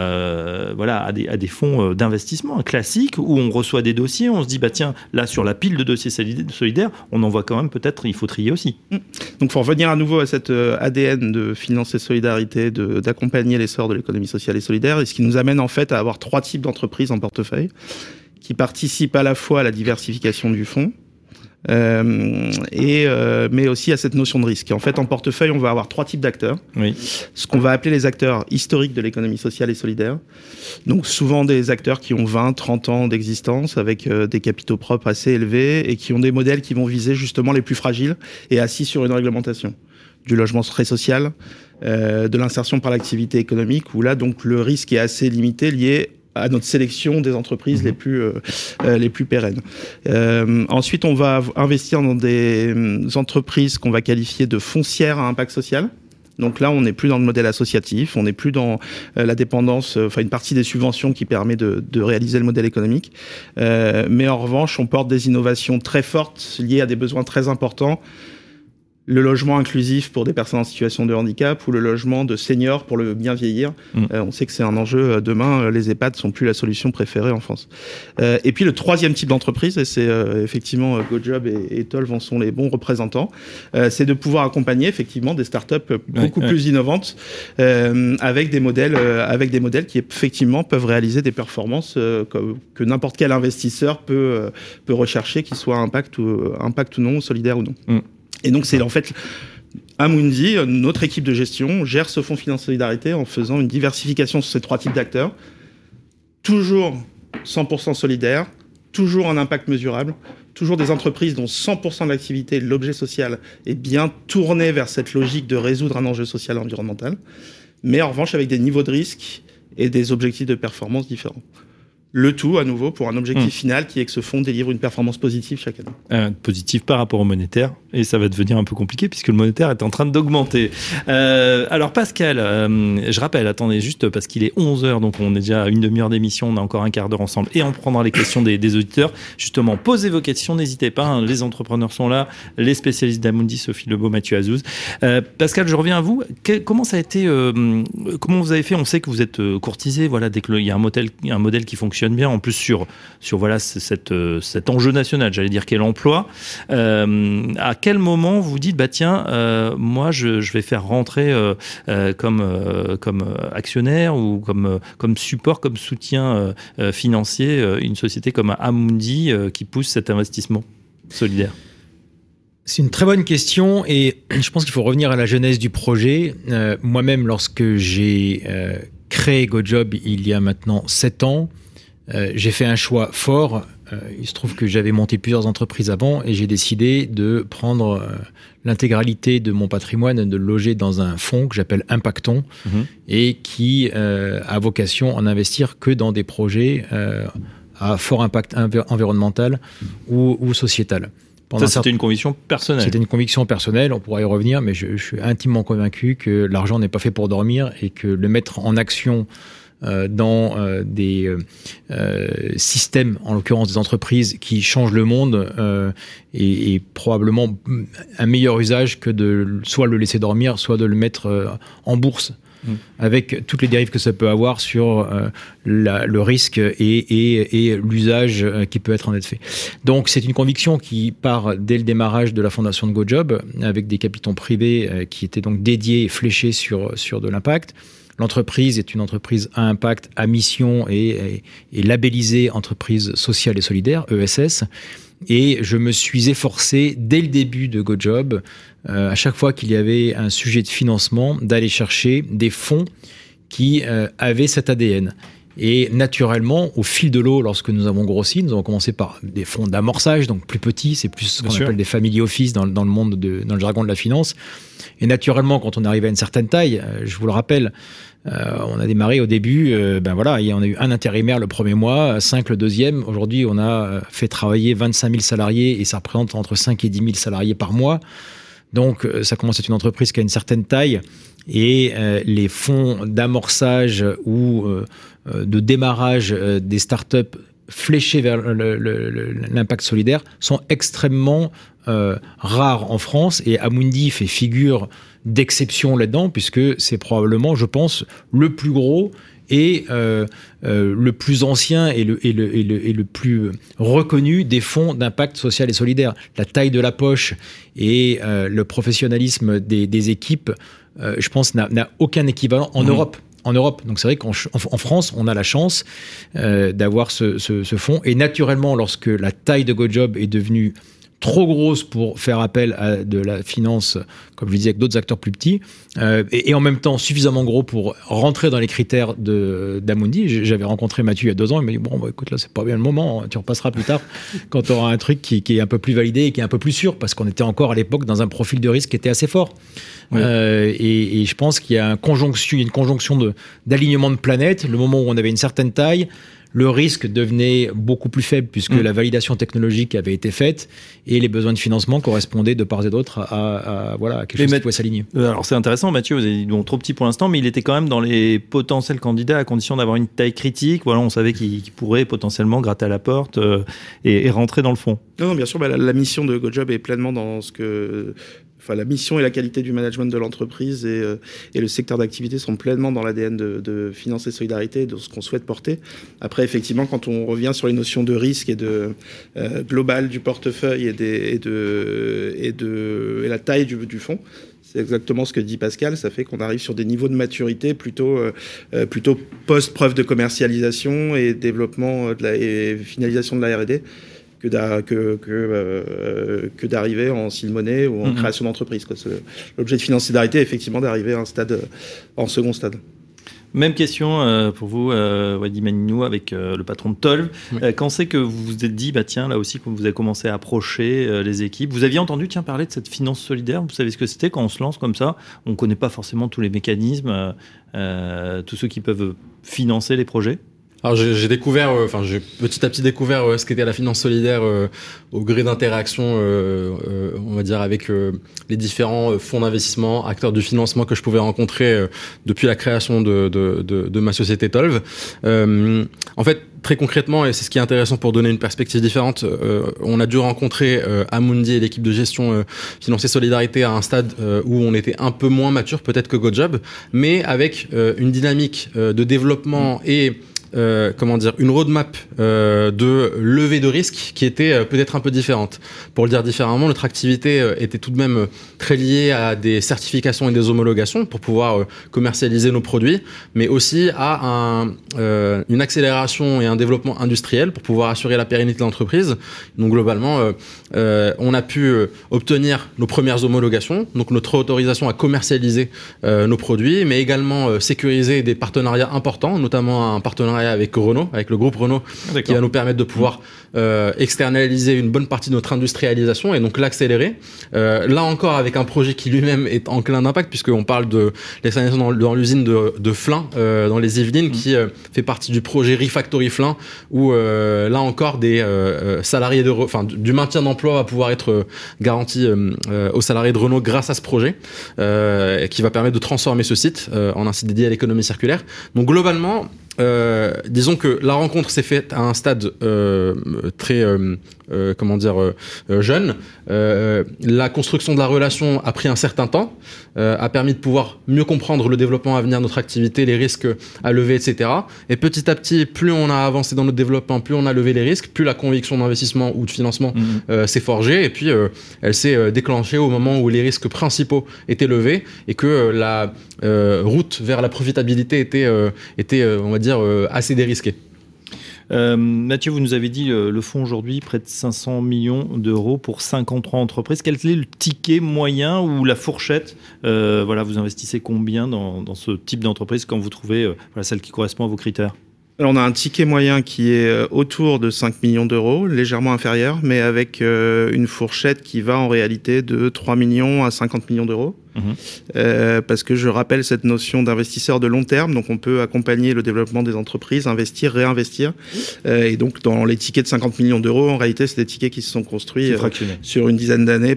à des fonds d'investissement classiques où on reçoit des dossiers, on se dit, tiens, là, sur la pile de dossiers solidaires, on en voit quand même peut-être, il faut trier aussi. Donc, pour revenir à nouveau à cette ADN de Finance et Solidarité, d'accompagner l'essor de l'économie sociale et solidaire, et ce qui nous amène en fait à avoir 3 types d'entreprises en portefeuille qui participent à la fois à la diversification du fonds, mais aussi à cette notion de risque. Et en fait, en portefeuille, on va avoir 3 types d'acteurs. Oui. Ce qu'on va appeler les acteurs historiques de l'économie sociale et solidaire. Donc, souvent des acteurs qui ont 20, 30 ans d'existence, avec des capitaux propres assez élevés et qui ont des modèles qui vont viser justement les plus fragiles et assis sur une réglementation. Du logement très social, de l'insertion par l'activité économique, où là, donc, le risque est assez limité, lié à notre sélection des entreprises les plus pérennes. Ensuite, on va investir dans des entreprises qu'on va qualifier de foncières à impact social. Donc là, on n'est plus dans le modèle associatif, on n'est plus dans la dépendance, une partie des subventions qui permet de réaliser le modèle économique. Mais en revanche, on porte des innovations très fortes liées à des besoins très importants. Le logement inclusif pour des personnes en situation de handicap ou le logement de seniors pour le bien vieillir. On sait que c'est un enjeu. Demain, les EHPAD ne sont plus la solution préférée en France. Et puis le 3e type d'entreprise, et c'est effectivement GoJob et Etolve en sont les bons représentants, c'est de pouvoir accompagner effectivement des startups beaucoup plus innovantes avec des modèles qui effectivement peuvent réaliser des performances que n'importe quel investisseur peut rechercher, qu'ils soient impact ou non, solidaire ou non. Et donc, c'est en fait, Amundi, notre équipe de gestion, gère ce fonds Finance Solidarité en faisant une diversification sur ces 3 types d'acteurs. Toujours 100% solidaires, toujours un impact mesurable, toujours des entreprises dont 100% de l'activité, de l'objet social, est bien tourné vers cette logique de résoudre un enjeu social et environnemental, mais en revanche avec des niveaux de risque et des objectifs de performance différents. Le tout, à nouveau, pour un objectif final qui est que ce fonds délivre une performance positive chaque année. Positive par rapport au monétaire, et ça va devenir un peu compliqué puisque le monétaire est en train d'augmenter. Alors Pascal, je rappelle, attendez juste parce qu'il est 11h, donc on est déjà à une demi-heure d'émission, on a encore un quart d'heure ensemble et on prendra les questions des auditeurs. Justement, posez vos questions, n'hésitez pas, hein, les entrepreneurs sont là, les spécialistes d'Amundi, Sophie Lebeau, Mathieu Azouz. Pascal, je reviens à vous. Comment ça a été, comment vous avez fait? On sait que vous êtes courtisé, voilà, dès qu'il y a un modèle qui fonctionne bien, en plus sur voilà cet enjeu national, j'allais dire, qu'est l'emploi. À quel moment vous dites moi je vais faire rentrer comme actionnaire ou comme support, comme soutien financier une société comme Amundi qui pousse cet investissement solidaire? C'est une très bonne question et je pense qu'il faut revenir à la genèse du projet. Moi-même, lorsque j'ai créé GoJob il y a maintenant 7 ans, j'ai fait un choix fort. Il se trouve que j'avais monté plusieurs entreprises avant et j'ai décidé de prendre l'intégralité de mon patrimoine et de le loger dans un fonds que j'appelle Impacton et qui a vocation à n'investir que dans des projets à fort impact environnemental ou sociétal. Ça, c'était une conviction personnelle. C'était une conviction personnelle, on pourra y revenir, mais je suis intimement convaincu que l'argent n'est pas fait pour dormir et que le mettre en action dans des systèmes, en l'occurrence des entreprises qui changent le monde, est probablement un meilleur usage que de soit le laisser dormir, soit de le mettre en bourse. Avec toutes les dérives que ça peut avoir sur le risque et l'usage qui peut être en être fait. Donc c'est une conviction qui part dès le démarrage de la fondation de GoJob, avec des capitaux privés qui étaient donc dédiés et fléchés sur de l'impact. L'entreprise est une entreprise à impact, à mission et labellisée entreprise sociale et solidaire, ESS. Et je me suis efforcé, dès le début de GoJob, à chaque fois qu'il y avait un sujet de financement, d'aller chercher des fonds qui avaient cet ADN. Et naturellement, au fil de l'eau, lorsque nous avons grossi, nous avons commencé par des fonds d'amorçage, donc plus petits, c'est plus ce qu'on appelle des family office dans le monde, dans le jargon de la finance. Et naturellement, quand on arrive à une certaine taille, je vous le rappelle, on a démarré au début, on a eu un intérimaire le premier mois, 5 le deuxième. Aujourd'hui, on a fait travailler 25 000 salariés et ça représente entre 5 et 10 000 salariés par mois. Donc, ça commence à être une entreprise qui a une certaine taille et les fonds d'amorçage ou de démarrage des startups fléchés vers l'impact solidaire sont extrêmement rares en France et Amundi fait figure d'exception là-dedans puisque c'est probablement, je pense, le plus gros et le plus ancien et le plus reconnu des fonds d'impact social et solidaire. La taille de la poche et le professionnalisme des équipes, je pense, n'a aucun équivalent en Europe. Donc c'est vrai qu'en France, on a la chance d'avoir ce fonds. Et naturellement, lorsque la taille de GoJob est devenue trop grosse pour faire appel à de la finance, comme je le disais, avec d'autres acteurs plus petits, et en même temps suffisamment gros pour rentrer dans les critères d'Amundi. J'avais rencontré Mathieu il y a 2 ans, il m'a dit bon, écoute, là, c'est pas bien le moment, tu repasseras plus tard quand tu auras un truc qui est un peu plus validé et qui est un peu plus sûr, parce qu'on était encore à l'époque dans un profil de risque qui était assez fort. Oui. Et je pense qu'il y a une conjonction d'alignement de planètes, le moment où on avait une certaine taille, le risque devenait beaucoup plus faible puisque la validation technologique avait été faite et les besoins de financement correspondaient de part et d'autre à quelque chose qui pouvait s'aligner. Alors c'est intéressant, Mathieu, vous avez dit trop petit pour l'instant, mais il était quand même dans les potentiels candidats à condition d'avoir une taille critique. Voilà, on savait qu'il pourrait potentiellement gratter à la porte et rentrer dans le fond. Non, bien sûr, la mission de GoJob est pleinement dans la mission et la qualité du management de l'entreprise et le secteur d'activité sont pleinement dans l'ADN de Finance et Solidarité, de ce qu'on souhaite porter. Après, effectivement, quand on revient sur les notions de risque et de global du portefeuille et la taille du fonds, c'est exactement ce que dit Pascal. Ça fait qu'on arrive sur des niveaux de maturité plutôt post-preuve de commercialisation et développement et finalisation de la R&D. Que d'arriver en Silmonnet ou en création d'entreprise. L'objet de Finance et Solidarité est effectivement d'arriver à un stade, en second stade. Même question pour vous, Wadi Maninou, avec le patron de Tolv. Oui. Quand c'est que vous vous êtes dit, là aussi, quand vous avez commencé à approcher les équipes, vous aviez entendu parler de cette finance solidaire? Vous savez ce que c'était quand on se lance comme ça? On ne connaît pas forcément tous les mécanismes, tous ceux qui peuvent financer les projets. Alors j'ai découvert, j'ai petit à petit découvert ce qu'était la finance solidaire au gré d'interactions, on va dire avec les différents fonds d'investissement, acteurs du financement que je pouvais rencontrer depuis la création de ma société Tolv. En fait, très concrètement, et c'est ce qui est intéressant pour donner une perspective différente, on a dû rencontrer Amundi et l'équipe de gestion financière solidarité à un stade où on était un peu moins mature peut-être que GoJob, mais avec une dynamique de développement et une roadmap de levée de risque qui était peut-être un peu différente. Pour le dire différemment, notre activité était tout de même très liée à des certifications et des homologations pour pouvoir commercialiser nos produits, mais aussi à une accélération et un développement industriel pour pouvoir assurer la pérennité de l'entreprise. Donc globalement, on a pu obtenir nos premières homologations, donc notre autorisation à commercialiser nos produits, mais également sécuriser des partenariats importants, notamment un partenariat avec Renault, avec le groupe Renault, qui va nous permettre de pouvoir externaliser une bonne partie de notre industrialisation et donc l'accélérer. Là encore, avec un projet qui lui-même est enclin d'impact, puisqu'on parle de l'externalisation dans l'usine de Flins, dans les Yvelines, qui fait partie du projet Refactory Flins, où là encore, des salariés du maintien d'emploi va pouvoir être garanti aux salariés de Renault grâce à ce projet, qui va permettre de transformer ce site en un site dédié à l'économie circulaire. Donc globalement, disons que la rencontre s'est faite à un stade très jeune. La construction de la relation a pris un certain temps, a permis de pouvoir mieux comprendre le développement à venir de notre activité, les risques à lever, etc. Et petit à petit, plus on a avancé dans notre développement, plus on a levé les risques, plus la conviction d'investissement ou de financement s'est forgée, et puis elle s'est déclenchée au moment où les risques principaux étaient levés et que la route vers la profitabilité était on va dire, assez dérisquée. Mathieu, vous nous avez dit le fonds aujourd'hui, près de 500 millions d'euros pour 53 entreprises. Quel est le ticket moyen ou la fourchette vous investissez combien dans ce type d'entreprise quand vous trouvez celle qui correspond à vos critères? Alors on a un ticket moyen qui est autour de 5 millions d'euros, légèrement inférieur, mais avec une fourchette qui va en réalité de 3 millions à 50 millions d'euros. Parce que je rappelle cette notion d'investisseur de long terme, donc on peut accompagner le développement des entreprises, investir, réinvestir, et donc dans les tickets de 50 millions d'euros, en réalité c'est des tickets qui se sont construits sur une dizaine d'années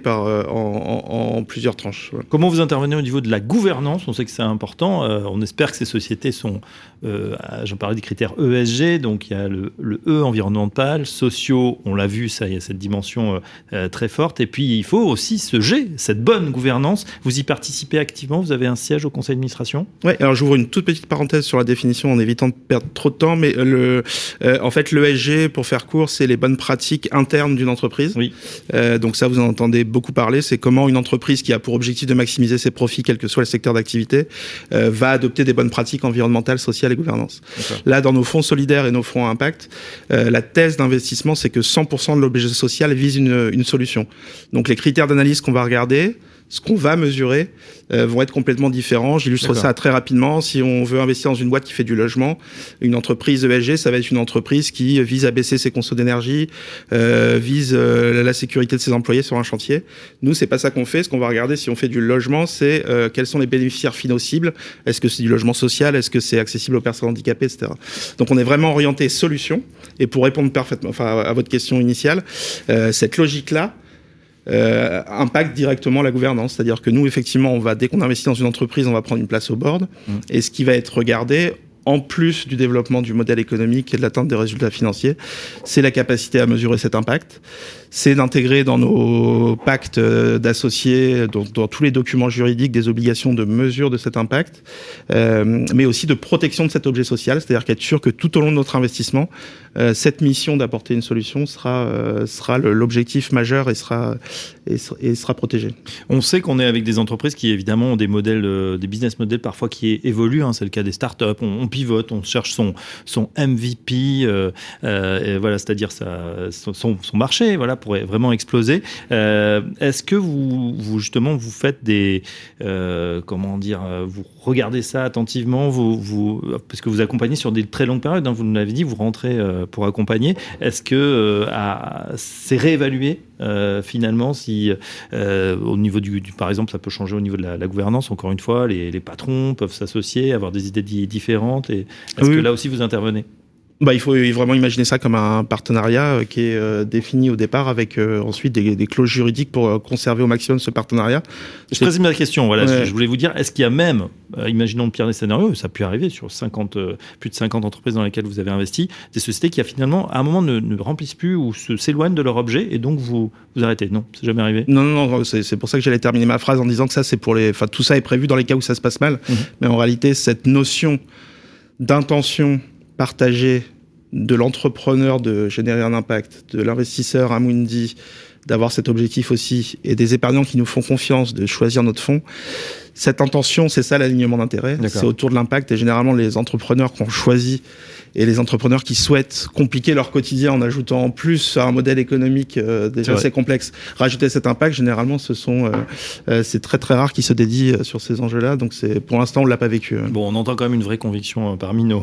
en plusieurs tranches. Voilà. Comment vous intervenez au niveau de la gouvernance? On sait que c'est important, on espère que ces sociétés sont, j'en parlais des critères ESG, donc il y a le E environnemental, sociaux, on l'a vu, ça, il y a cette dimension très forte, et puis il faut aussi ce G, cette bonne gouvernance. Vous y participez activement, vous avez un siège au conseil d'administration? Oui, alors j'ouvre une toute petite parenthèse sur la définition en évitant de perdre trop de temps, mais en fait l'ESG, pour faire court, c'est les bonnes pratiques internes d'une entreprise. Oui. Donc ça, vous en entendez beaucoup parler, c'est comment une entreprise qui a pour objectif de maximiser ses profits, quel que soit le secteur d'activité, va adopter des bonnes pratiques environnementales, sociales et gouvernance. D'accord. Là, dans nos fonds solidaires et nos fonds à impact, la thèse d'investissement, c'est que 100% de l'objet social vise une solution. Donc les critères d'analyse qu'on va regarder, ce qu'on va mesurer vont être complètement différents. J'illustre ça très rapidement. Si on veut investir dans une boîte qui fait du logement, une entreprise ESG, ça va être une entreprise qui vise à baisser ses consommations d'énergie, vise la sécurité de ses employés sur un chantier. Nous, c'est pas ça qu'on fait. Ce qu'on va regarder si on fait du logement, c'est quels sont les bénéficiaires finaux cibles. Est-ce que c'est du logement social? Est-ce que c'est accessible aux personnes handicapées, etc. Donc, on est vraiment orienté solution. Et pour répondre parfaitement, à votre question initiale, cette logique-là, impacte directement la gouvernance. C'est-à-dire que nous, effectivement, dès qu'on investit dans une entreprise, on va prendre une place au board. Et ce qui va être regardé, en plus du développement du modèle économique et de l'atteinte des résultats financiers, c'est la capacité à mesurer cet impact. C'est d'intégrer dans nos pactes d'associés, dans tous les documents juridiques, des obligations de mesure de cet impact, mais aussi de protection de cet objet social, c'est-à-dire qu'être sûr que tout au long de notre investissement, cette mission d'apporter une solution sera l'objectif majeur et sera protégée. On sait qu'on est avec des entreprises qui évidemment ont des modèles, des business models parfois qui évoluent, c'est le cas des startups, on pivote, on cherche son MVP, et voilà, c'est-à-dire son marché, voilà, pourrait vraiment exploser. Est-ce que vous justement vous faites vous regardez ça attentivement, parce que vous accompagnez sur des très longues périodes, vous nous l'avez dit, vous rentrez pour accompagner. Est-ce que c'est réévalué finalement si au niveau par exemple, ça peut changer au niveau de la gouvernance, encore une fois, les patrons peuvent s'associer, avoir des idées différentes, et est-ce que là aussi vous intervenez? Il faut vraiment imaginer ça comme un partenariat qui est défini au départ avec ensuite des clauses juridiques pour conserver au maximum ce partenariat. Je précise ma question. Voilà, je voulais vous dire, est-ce qu'il y a même, imaginons le pire des scénarios, ça a pu arriver sur plus de 50 entreprises dans lesquelles vous avez investi, des sociétés qui finalement, à un moment, ne remplissent plus ou s'éloignent de leur objet et donc vous arrêtez. Non, c'est jamais arrivé. Non, c'est pour ça que j'allais terminer ma phrase en disant que ça, c'est tout ça est prévu dans les cas où ça se passe mal. Mais en réalité, cette notion d'intention partagée de l'entrepreneur de générer un impact, de l'investisseur Amundi, d'avoir cet objectif aussi, et des épargnants qui nous font confiance de choisir notre fonds, cette intention, c'est ça l'alignement d'intérêt, c'est autour de l'impact, et généralement les entrepreneurs qu'on choisit et les entrepreneurs qui souhaitent compliquer leur quotidien en ajoutant en plus à un modèle économique déjà assez complexe, rajouter cet impact, généralement c'est très très rare qu'ils se dédient sur ces enjeux-là, donc pour l'instant on l'a pas vécu. Bon, on entend quand même une vraie conviction parmi nos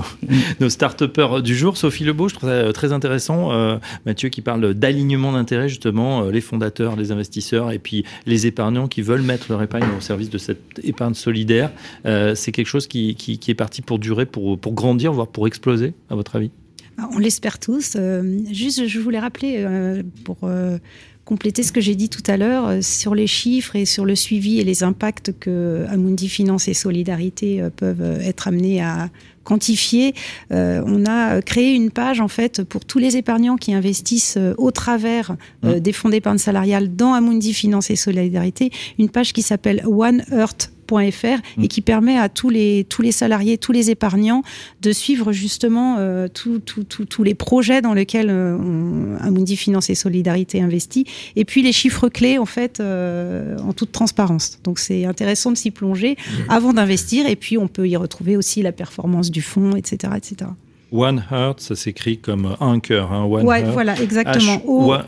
start-upers du jour. Sophie Lebeau, je trouve ça très intéressant. Mathieu qui parle d'alignement d'intérêt, justement, les fondateurs, les investisseurs et puis les épargnants qui veulent mettre leur épargne au service de cette épargne solidaire. C'est quelque chose qui est parti pour durer, pour grandir, voire pour exploser, à votre avis? On l'espère tous. Juste, je voulais rappeler, pour compléter ce que j'ai dit tout à l'heure, sur les chiffres et sur le suivi et les impacts que Amundi Finance et Solidarité peuvent être amenés à quantifier. On a créé une page, en fait, pour tous les épargnants qui investissent au travers des fonds d'épargne salariale dans Amundi Finance et Solidarité, une page qui s'appelle OneEarth.fr et qui permet à tous les salariés, tous les épargnants de suivre justement tous les projets dans lesquels Amundi Finance et Solidarité investit, et puis les chiffres clés en fait en toute transparence. Donc c'est intéressant de s'y plonger avant d'investir, et puis on peut y retrouver aussi la performance du fonds, etc. etc. OneEarth, ça s'écrit comme un cœur. Ouais, voilà, exactement.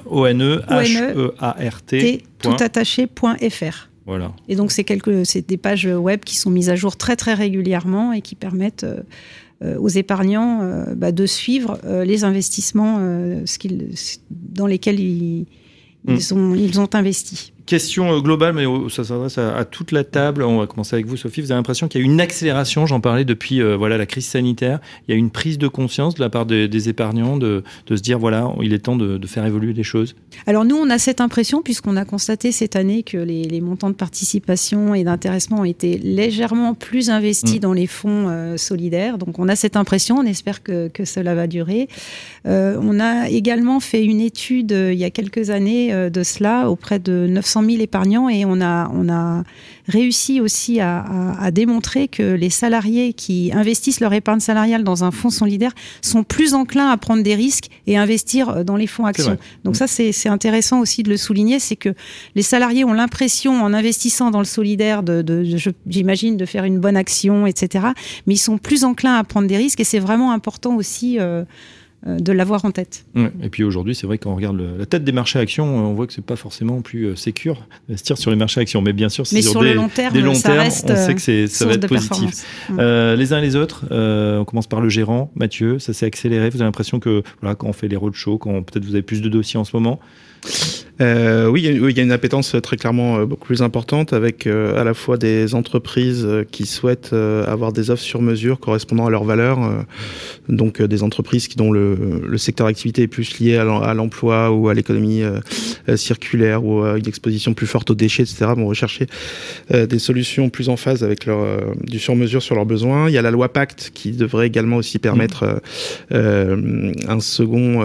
ONEHEART. toutattaché.fr. Voilà. Et donc c'est des pages web qui sont mises à jour très très régulièrement et qui permettent aux épargnants de suivre les investissements dans lesquels ils ont investi. Question globale, mais ça s'adresse à toute la table. On va commencer avec vous, Sophie. Vous avez l'impression qu'il y a une accélération, j'en parlais depuis la crise sanitaire. Il y a une prise de conscience de la part des épargnants de se dire, voilà, il est temps de faire évoluer les choses. Alors nous, on a cette impression, puisqu'on a constaté cette année que les montants de participation et d'intéressement ont été légèrement plus investis dans les fonds solidaires. Donc on a cette impression, on espère que cela va durer. On a également fait une étude il y a quelques années de cela auprès de 900 000 épargnants, et on a réussi aussi à démontrer que les salariés qui investissent leur épargne salariale dans un fonds solidaire sont plus enclins à prendre des risques et investir dans les fonds actions. Donc ça, c'est intéressant aussi de le souligner, c'est que les salariés ont l'impression, en investissant dans le solidaire, j'imagine, de faire une bonne action, etc. Mais ils sont plus enclins à prendre des risques, et c'est vraiment important aussi de l'avoir en tête. Ouais. Et puis aujourd'hui, c'est vrai que quand on regarde la tête des marchés actions, on voit que c'est pas forcément plus sécure d'investir sur les marchés actions. Mais bien sûr, sur le long terme, on sait que ça va être positif. Les uns et les autres, on commence par le gérant, Mathieu, ça s'est accéléré. Vous avez l'impression que quand on fait les roadshows, quand peut-être vous avez plus de dossiers en ce moment, oui, il y a une appétence très clairement beaucoup plus importante, avec à la fois des entreprises qui souhaitent avoir des offres sur mesure correspondant à leurs valeurs, donc des entreprises dont le secteur d'activité est plus lié à l'emploi ou à l'économie circulaire, ou à une exposition plus forte aux déchets, etc., vont rechercher des solutions plus en phase avec du sur-mesure sur leurs besoins. Il y a la loi Pacte qui devrait également aussi permettre un second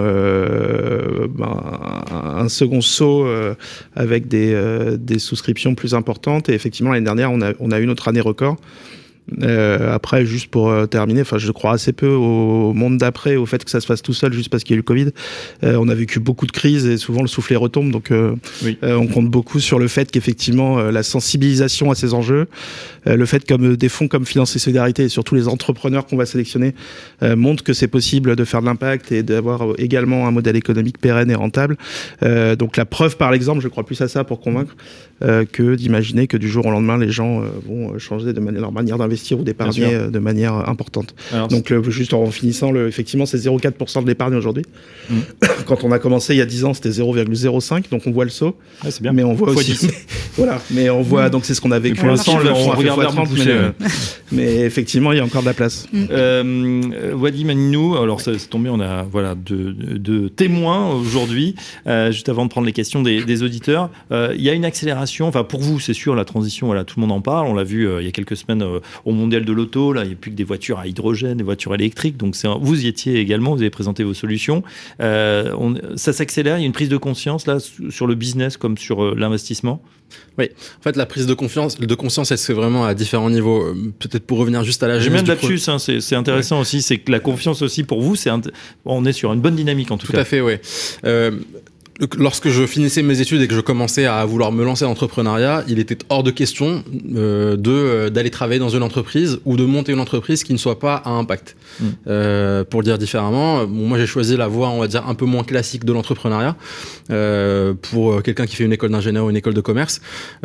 saut avec des souscriptions plus importantes. Et effectivement, l'année dernière, on a eu notre année record. Après, juste pour terminer, je crois assez peu au monde d'après, au fait que ça se fasse tout seul juste parce qu'il y a eu le Covid. On a vécu beaucoup de crises et souvent le soufflet retombe, donc on compte beaucoup sur le fait qu'effectivement la sensibilisation à ces enjeux, le fait comme des fonds comme Finance et Solidarité et surtout les entrepreneurs qu'on va sélectionner montrent que c'est possible de faire de l'impact et d'avoir également un modèle économique pérenne et rentable. Donc la preuve par l'exemple, je crois plus à ça pour convaincre que d'imaginer que du jour au lendemain les gens vont changer leur manière d'investir d'investir ou d'épargner de manière importante. Alors, donc juste en finissant, effectivement c'est 0,4% de l'épargne aujourd'hui. Quand on a commencé il y a 10 ans, c'était 0,05, donc on voit le saut. Ouais, c'est bien. Mais on voit aussi voilà, mais on voit donc c'est ce qu'on a vécu. Pour l'instant, on regarde mais effectivement, il y a encore de la place. Wadi Maninou, alors c'est tombé, on a deux témoins aujourd'hui, juste avant de prendre les questions des auditeurs. Il y a une accélération, enfin pour vous, c'est sûr, la transition, voilà, tout le monde en parle. On l'a vu il y a quelques semaines au Mondial de l'Auto, là, il n'y a plus que des voitures à hydrogène, des voitures électriques. Donc vous y étiez également, vous avez présenté vos solutions. Ça s'accélère, il y a une prise de conscience là sur le business comme sur l'investissement. Oui, en fait, la prise de conscience, elle se fait vraiment à différents niveaux. Peut-être pour revenir juste à la genèse. J'ai même lapsus, c'est intéressant aussi, c'est que la confiance aussi pour vous, on est sur une bonne dynamique en tout cas. Tout à fait, oui. Lorsque je finissais mes études et que je commençais à vouloir me lancer en entrepreneuriat, il était hors de question d'aller travailler dans une entreprise ou de monter une entreprise qui ne soit pas à impact. Pour le dire différemment, moi j'ai choisi la voie, on va dire, un peu moins classique de l'entrepreneuriat. Pour quelqu'un qui fait une école d'ingénieur ou une école de commerce,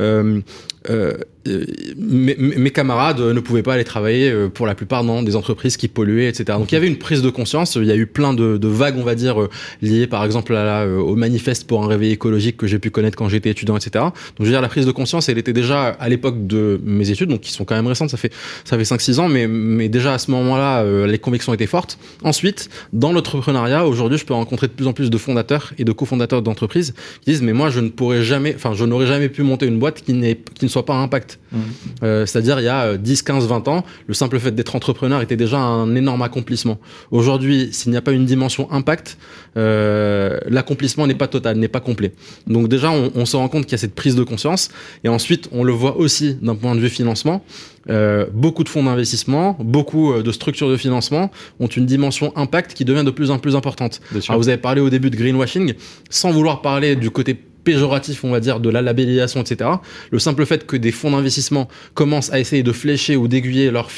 mes camarades ne pouvaient pas aller travailler pour la plupart dans des entreprises qui polluaient, etc. Donc il y avait une prise de conscience, il y a eu plein de vagues, on va dire, liées par exemple au manifeste pour un réveil écologique que j'ai pu connaître quand j'étais étudiant, etc. Donc je veux dire, la prise de conscience, elle était déjà à l'époque de mes études, donc qui sont quand même récentes, ça fait 5-6 ans, mais déjà à ce moment-là, les convictions étaient fortes. Ensuite, dans l'entrepreneuriat, aujourd'hui, je peux rencontrer de plus en plus de fondateurs et de cofondateurs d'entreprises qui disent, mais moi, je n'aurais jamais pu monter une boîte qui ne soit pas à impact. C'est-à-dire, il y a 10, 15, 20 ans, le simple fait d'être entrepreneur était déjà un énorme accomplissement. Aujourd'hui, s'il n'y a pas une dimension impact, l'accomplissement n'est pas total, n'est pas complet. Donc déjà, on se rend compte qu'il y a cette prise de conscience. Et ensuite, on le voit aussi d'un point de vue financement. Beaucoup de fonds d'investissement, beaucoup de structures de financement ont une dimension impact qui devient de plus en plus importante. Alors, vous avez parlé au début de greenwashing, sans vouloir parler du côté péjoratif, on va dire, de la labellisation, etc. Le simple fait que des fonds d'investissement commencent à essayer de flécher ou d'aiguiller leurs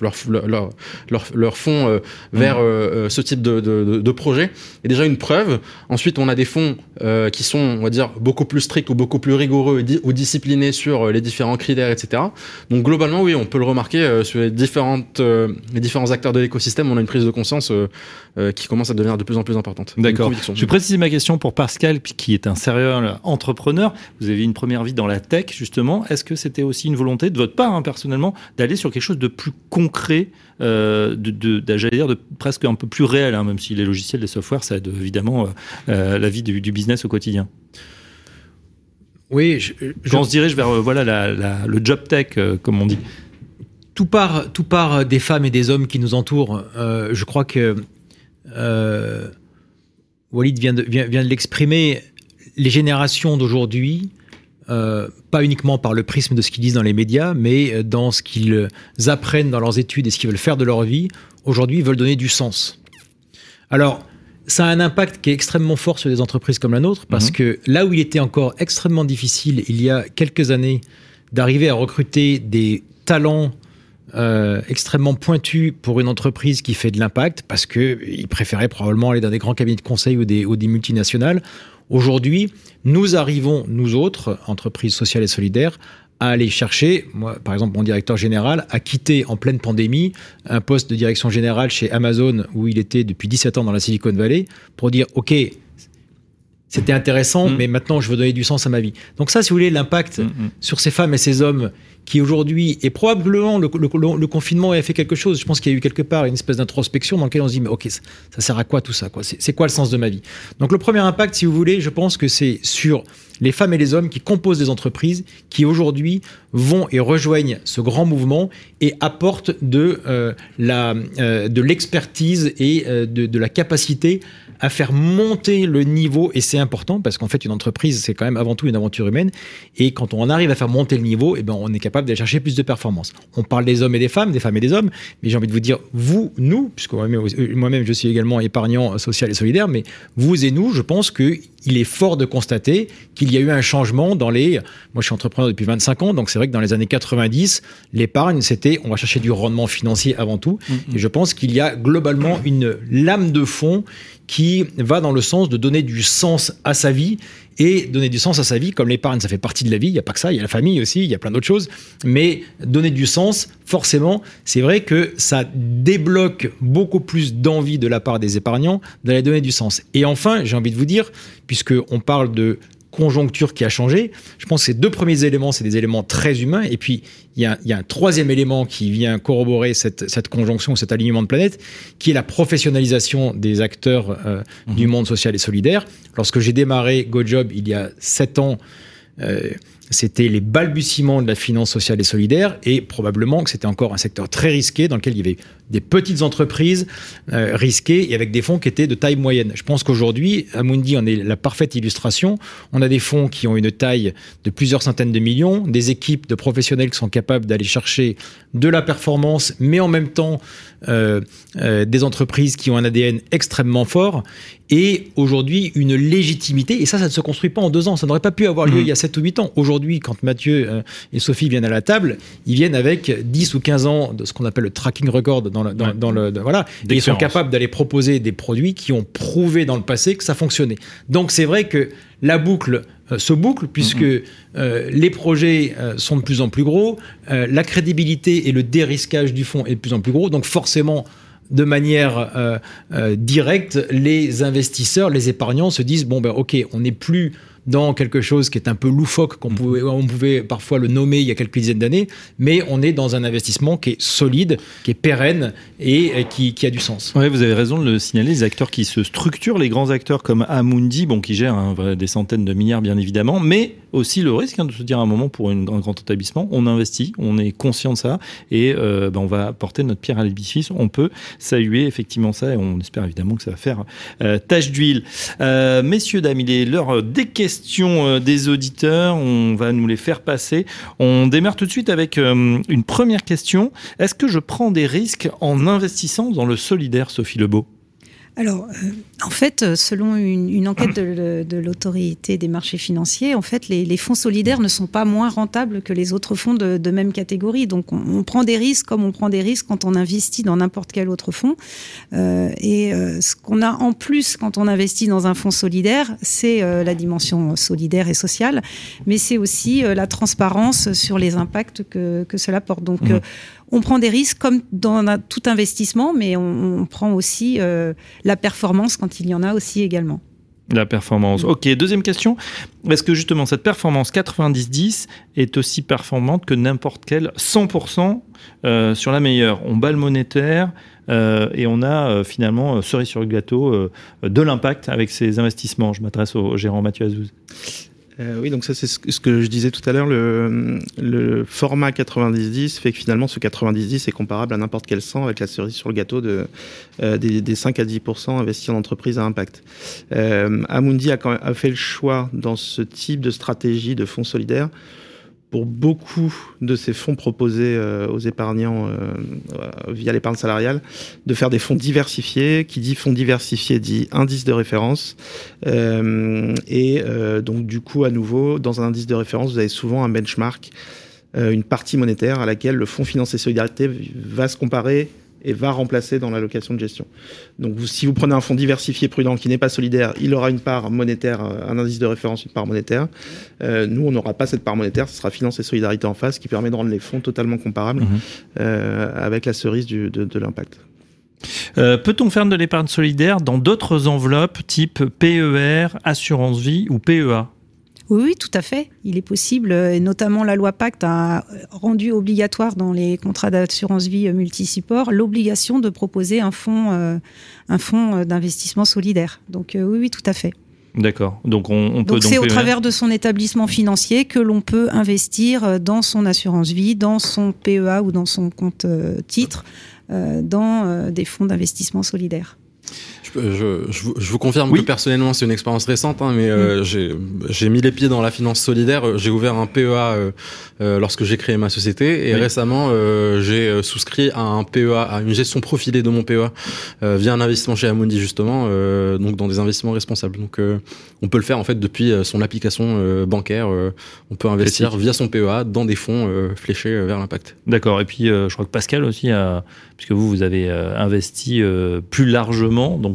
fonds vers ce type de projet est déjà une preuve. Ensuite, on a des fonds qui sont, on va dire, beaucoup plus stricts ou beaucoup plus rigoureux ou disciplinés sur les différents critères, etc. Donc globalement, oui, on peut le remarquer sur les différents acteurs de l'écosystème, on a une prise de conscience qui commence à devenir de plus en plus importante. D'accord. Je vais préciser ma question pour Pascal, qui est un sérieux entrepreneur. Vous avez une première vie dans la tech, justement. Est-ce que c'était aussi une volonté de votre part, personnellement, d'aller sur quelque chose de plus concret, j'allais dire, de presque un peu plus réel, même si les logiciels, les softwares, ça aide évidemment la vie du business au quotidien? Oui, on se dirige vers le job tech, comme on dit. Tout part des femmes et des hommes qui nous entourent. Je crois que Walid vient de l'exprimer. Les générations d'aujourd'hui, pas uniquement par le prisme de ce qu'ils disent dans les médias, mais dans ce qu'ils apprennent dans leurs études et ce qu'ils veulent faire de leur vie, aujourd'hui, veulent donner du sens. Alors, ça a un impact qui est extrêmement fort sur des entreprises comme la nôtre, parce que là où il était encore extrêmement difficile, il y a quelques années, d'arriver à recruter des talents extrêmement pointus pour une entreprise qui fait de l'impact, parce qu'ils préféraient probablement aller dans des grands cabinets de conseil ou des multinationales. Aujourd'hui, nous arrivons, nous autres, entreprises sociales et solidaires, à aller chercher, moi par exemple mon directeur général a quitté en pleine pandémie un poste de direction générale chez Amazon où il était depuis 17 ans dans la Silicon Valley pour dire ok, c'était intéressant mais maintenant je veux donner du sens à ma vie. Donc ça, si vous voulez, l'impact sur ces femmes et ces hommes qui aujourd'hui, et probablement le confinement a fait quelque chose, je pense qu'il y a eu quelque part une espèce d'introspection dans laquelle on se dit mais ok, ça sert à quoi tout ça, quoi, c'est quoi le sens de ma vie? Donc le premier impact, si vous voulez, je pense que c'est sur les femmes et les hommes qui composent des entreprises qui aujourd'hui vont et rejoignent ce grand mouvement et apportent de l'expertise et de la capacité à faire monter le niveau, et c'est important parce qu'en fait une entreprise c'est quand même avant tout une aventure humaine, et quand on arrive à faire monter le niveau, on est capable d'aller chercher plus de performance. On parle des hommes et des femmes et des hommes, mais j'ai envie de vous dire nous, puisque moi-même je suis également épargnant social et solidaire, mais vous et nous, je pense qu'il est fort de constater qu'il y a eu un changement moi je suis entrepreneur depuis 25 ans, donc c'est vrai que dans les années 90, l'épargne c'était on va chercher du rendement financier avant tout, et je pense qu'il y a globalement une lame de fond qui va dans le sens de donner du sens à sa vie. Et donner du sens à sa vie, comme l'épargne, ça fait partie de la vie. Il n'y a pas que ça, il y a la famille aussi, il y a plein d'autres choses. Mais donner du sens, forcément, c'est vrai que ça débloque beaucoup plus d'envie de la part des épargnants d'aller donner du sens. Et enfin, j'ai envie de vous dire, puisqu'on parle de conjoncture qui a changé, je pense que ces deux premiers éléments, c'est des éléments très humains. Et puis, il y a un troisième élément qui vient corroborer cette conjonction, cet alignement de planète, qui est la professionnalisation des acteurs du monde social et solidaire. Lorsque j'ai démarré GoJob il y a 7 ans, c'était les balbutiements de la finance sociale et solidaire, et probablement que c'était encore un secteur très risqué dans lequel il y avait des petites entreprises risquées et avec des fonds qui étaient de taille moyenne. Je pense qu'aujourd'hui, Amundi en est la parfaite illustration. On a des fonds qui ont une taille de plusieurs centaines de millions, des équipes de professionnels qui sont capables d'aller chercher de la performance, mais en même temps des entreprises qui ont un ADN extrêmement fort, et aujourd'hui une légitimité, et ça ne se construit pas en 2 ans, ça n'aurait pas pu avoir lieu il y a 7 ou 8 ans. Aujourd'hui, quand Mathieu et Sophie viennent à la table, ils viennent avec 10 ou 15 ans de ce qu'on appelle le tracking record voilà, et ils sont capables d'aller proposer des produits qui ont prouvé dans le passé que ça fonctionnait. Donc c'est vrai que la boucle se boucle, puisque les projets sont de plus en plus gros, la crédibilité et le dérisquage du fonds est de plus en plus gros, donc forcément, de manière directe, les investisseurs, les épargnants se disent, bon ben ok, on n'est plus dans quelque chose qui est un peu loufoque, on pouvait parfois le nommer il y a quelques dizaines d'années, mais on est dans un investissement qui est solide, qui est pérenne et qui a du sens. Oui, vous avez raison de le signaler, les acteurs qui se structurent, les grands acteurs comme Amundi, qui gèrent des centaines de milliards bien évidemment, mais aussi le risque de se dire à un moment pour un grand établissement, on investit, on est conscient de ça, et on va porter notre pierre à l'édifice, on peut saluer effectivement ça, et on espère évidemment que ça va faire tache d'huile. Messieurs, dames, il est l'heure des questions des auditeurs, on va nous les faire passer. On démarre tout de suite avec une première question. Est-ce que je prends des risques en investissant dans le solidaire, Sophie Lebeau ? Alors, en fait, selon une enquête de l'autorité des marchés financiers, en fait, les fonds solidaires ne sont pas moins rentables que les autres fonds de même catégorie. Donc, on prend des risques comme on prend des risques quand on investit dans n'importe quel autre fonds. Ce qu'on a en plus quand on investit dans un fonds solidaire, c'est la dimension solidaire et sociale, mais c'est aussi la transparence sur les impacts que cela porte. Donc, on prend des risques comme dans tout investissement, mais on prend aussi la performance quand il y en a aussi également. La performance. Ok, deuxième question. Est-ce que justement cette performance 90-10 est aussi performante que n'importe quelle 100% sur la meilleure ? On bat le monétaire et on a finalement cerise sur le gâteau de l'impact avec ces investissements. Je m'adresse au gérant Mathieu Azouz. Oui, donc ça c'est ce que je disais tout à l'heure, le format 90-10 fait que finalement ce 90-10 est comparable à n'importe quel 100 avec la cerise sur le gâteau des 5 à 10% investis en entreprise à impact. Amundi a fait le choix dans ce type de stratégie de fonds solidaires, pour beaucoup de ces fonds proposés aux épargnants via l'épargne salariale, de faire des fonds diversifiés. Qui dit fonds diversifiés dit indice de référence. Donc du coup, à nouveau, dans un indice de référence, vous avez souvent un benchmark, une partie monétaire à laquelle le fonds Finance et Solidarité va se comparer et va remplacer dans l'allocation de gestion. Donc si vous prenez un fonds diversifié prudent qui n'est pas solidaire, il aura une part monétaire, un indice de référence, une part monétaire. Nous, on n'aura pas cette part monétaire, ce sera Finance et Solidarité en face, qui permet de rendre les fonds totalement comparables avec la cerise de l'impact. Peut-on faire de l'épargne solidaire dans d'autres enveloppes type PER, assurance vie ou PEA ? Oui, tout à fait. Il est possible, et notamment la loi Pacte a rendu obligatoire dans les contrats d'assurance vie multisupports l'obligation de proposer un fonds d'investissement solidaire. Donc oui, tout à fait. D'accord. Donc on peut c'est au travers de son établissement financier que l'on peut investir dans son assurance vie, dans son PEA ou dans son compte titre, dans des fonds d'investissement solidaire. Je vous confirme que personnellement c'est une expérience récente, mais j'ai mis les pieds dans la finance solidaire. J'ai ouvert un PEA lorsque j'ai créé ma société, et récemment j'ai souscrit à un PEA, à une gestion profilée de mon PEA via un investissement chez Amundi justement, donc dans des investissements responsables. Donc on peut le faire en fait depuis son application bancaire. On peut investir via son PEA dans des fonds fléchés vers l'impact. D'accord. Et puis je crois que Pascal aussi puisque vous avez investi plus largement, donc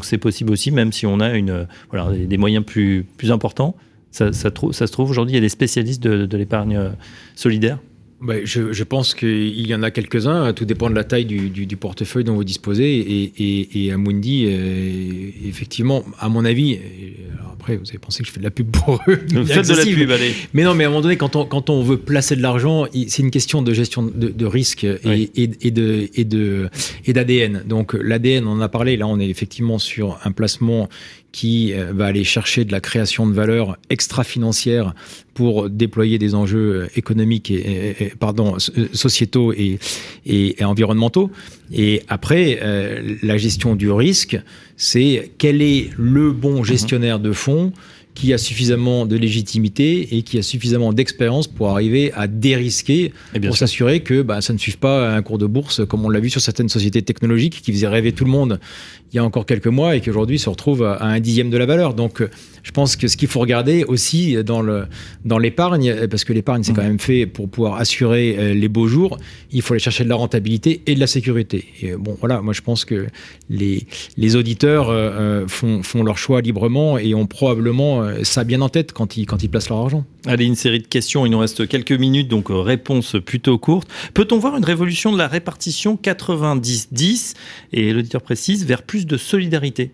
c'est possible aussi, même si on a des moyens plus importants. Ça se trouve aujourd'hui, il y a des spécialistes de l'épargne solidaire. Je pense qu'il y en a quelques-uns, tout dépend de la taille du portefeuille dont vous disposez, et Amundi, effectivement, à mon avis, alors après vous avez pensé que je fais de la pub pour eux. Faites de la pub, allez. Mais non, mais à un moment donné, quand on veut placer de l'argent, c'est une question de gestion de risque et d'ADN. Donc l'ADN, on en a parlé, là on est effectivement sur un placement qui va aller chercher de la création de valeur extra-financière pour déployer des enjeux économiques sociétaux et environnementaux. Et après, la gestion du risque, c'est quel est le bon gestionnaire de fonds qui a suffisamment de légitimité et qui a suffisamment d'expérience pour arriver à dérisquer, pour s'assurer que ça ne suive pas un cours de bourse comme on l'a vu sur certaines sociétés technologiques qui faisaient rêver tout le monde il y a encore quelques mois et qui aujourd'hui se retrouvent à 1/10 de la valeur. Donc je pense que ce qu'il faut regarder aussi dans l'épargne, parce que l'épargne c'est quand même fait pour pouvoir assurer les beaux jours, il faut aller chercher de la rentabilité et de la sécurité. Et moi je pense que les auditeurs font leur choix librement et ont probablement ça bien en tête quand ils placent leur argent. Allez, une série de questions, il nous reste quelques minutes, donc réponse plutôt courte. Peut-on voir une révolution de la répartition 90-10, et l'auditeur précise, vers plus de solidarité?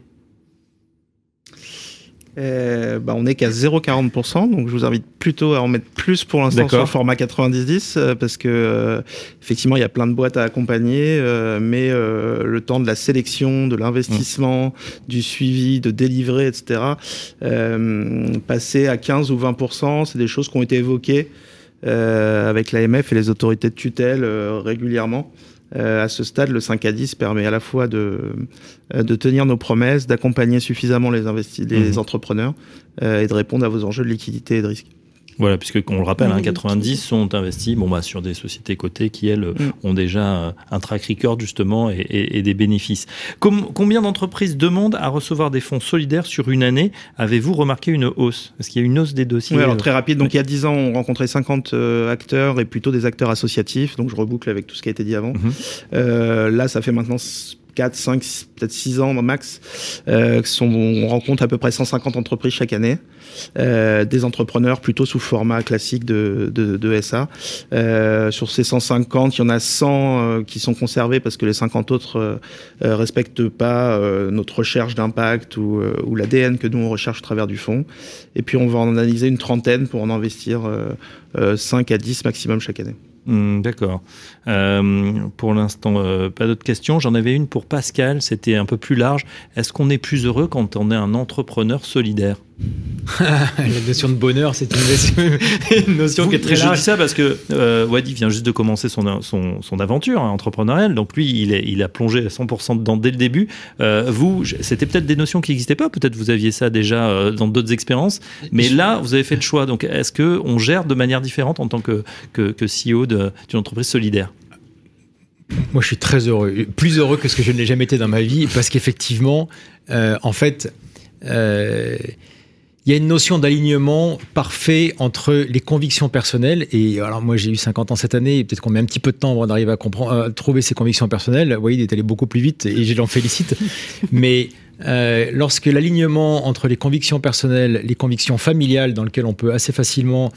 On n'est qu'à 0,40%, donc je vous invite plutôt à en mettre plus pour l'instant sur le format 90-10, parce que effectivement il y a plein de boîtes à accompagner, mais le temps de la sélection, de l'investissement, du suivi, de délivrer, etc., passer à 15 ou 20%, c'est des choses qui ont été évoquées avec l'AMF et les autorités de tutelle régulièrement. À ce stade, le 5 à 10 permet à la fois de tenir nos promesses, d'accompagner suffisamment les entrepreneurs et de répondre à vos enjeux de liquidité et de risque. Voilà, puisque, on le rappelle, 90 sont investis sur des sociétés cotées qui, elles, ont déjà un track record, justement, et des bénéfices. Combien d'entreprises demandent à recevoir des fonds solidaires sur une année? Avez-vous remarqué une hausse? Est-ce qu'il y a une hausse des dossiers? Oui, alors très rapide. Donc, il y a 10 ans, on rencontrait 50 acteurs et plutôt des acteurs associatifs. Donc, je reboucle avec tout ce qui a été dit avant. Là, ça fait maintenant 4, 5, peut-être 6 ans max, on rencontre à peu près 150 entreprises chaque année, des entrepreneurs plutôt sous format classique de SA. Sur ces 150, il y en a 100 qui sont conservés parce que les 50 autres respectent pas notre recherche d'impact ou l'ADN que nous on recherche à travers du fonds. Et puis on va en analyser une trentaine pour en investir 5 à 10 maximum chaque année. D'accord. Pour l'instant, pas d'autres questions. J'en avais une pour Pascal, c'était un peu plus large. Est-ce qu'on est plus heureux quand on est un entrepreneur solidaire? La notion de bonheur, c'est une notion qui est très large. Je dis ça parce que Wadi vient juste de commencer son aventure entrepreneuriale, donc lui, il a plongé à 100% dedans dès le début. Vous, c'était peut-être des notions qui n'existaient pas, peut-être vous aviez ça déjà dans d'autres expériences, mais là, vous avez fait le choix. Donc, est-ce qu'on gère de manière différente en tant que CEO d'une entreprise solidaire? Moi, je suis très heureux, plus heureux que ce que je ne l'ai jamais été dans ma vie, parce qu'effectivement, en fait, il y a une notion d'alignement parfait entre les convictions personnelles, et alors moi j'ai eu 50 ans cette année, et peut-être qu'on met un petit peu de temps avant d'arriver à trouver ses convictions personnelles. Vous voyez, il est allé beaucoup plus vite et je l'en félicite. Mais lorsque l'alignement entre les convictions personnelles, les convictions familiales, dans lesquelles on peut assez facilement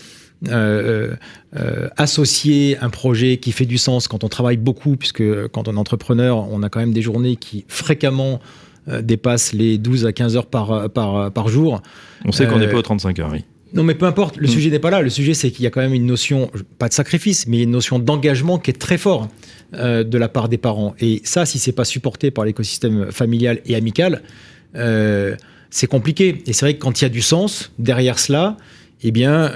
associer un projet qui fait du sens quand on travaille beaucoup, puisque quand on est entrepreneur, on a quand même des journées qui fréquemment dépassent les 12 à 15 heures par jour. On sait qu'on n'est pas aux 35 heures, oui. Non, mais peu importe, le sujet n'est pas là. Le sujet, c'est qu'il y a quand même une notion, pas de sacrifice, mais une notion d'engagement qui est très fort de la part des parents. Et ça, si c'est pas supporté par l'écosystème familial et amical, c'est compliqué. Et c'est vrai que quand il y a du sens derrière cela, eh bien,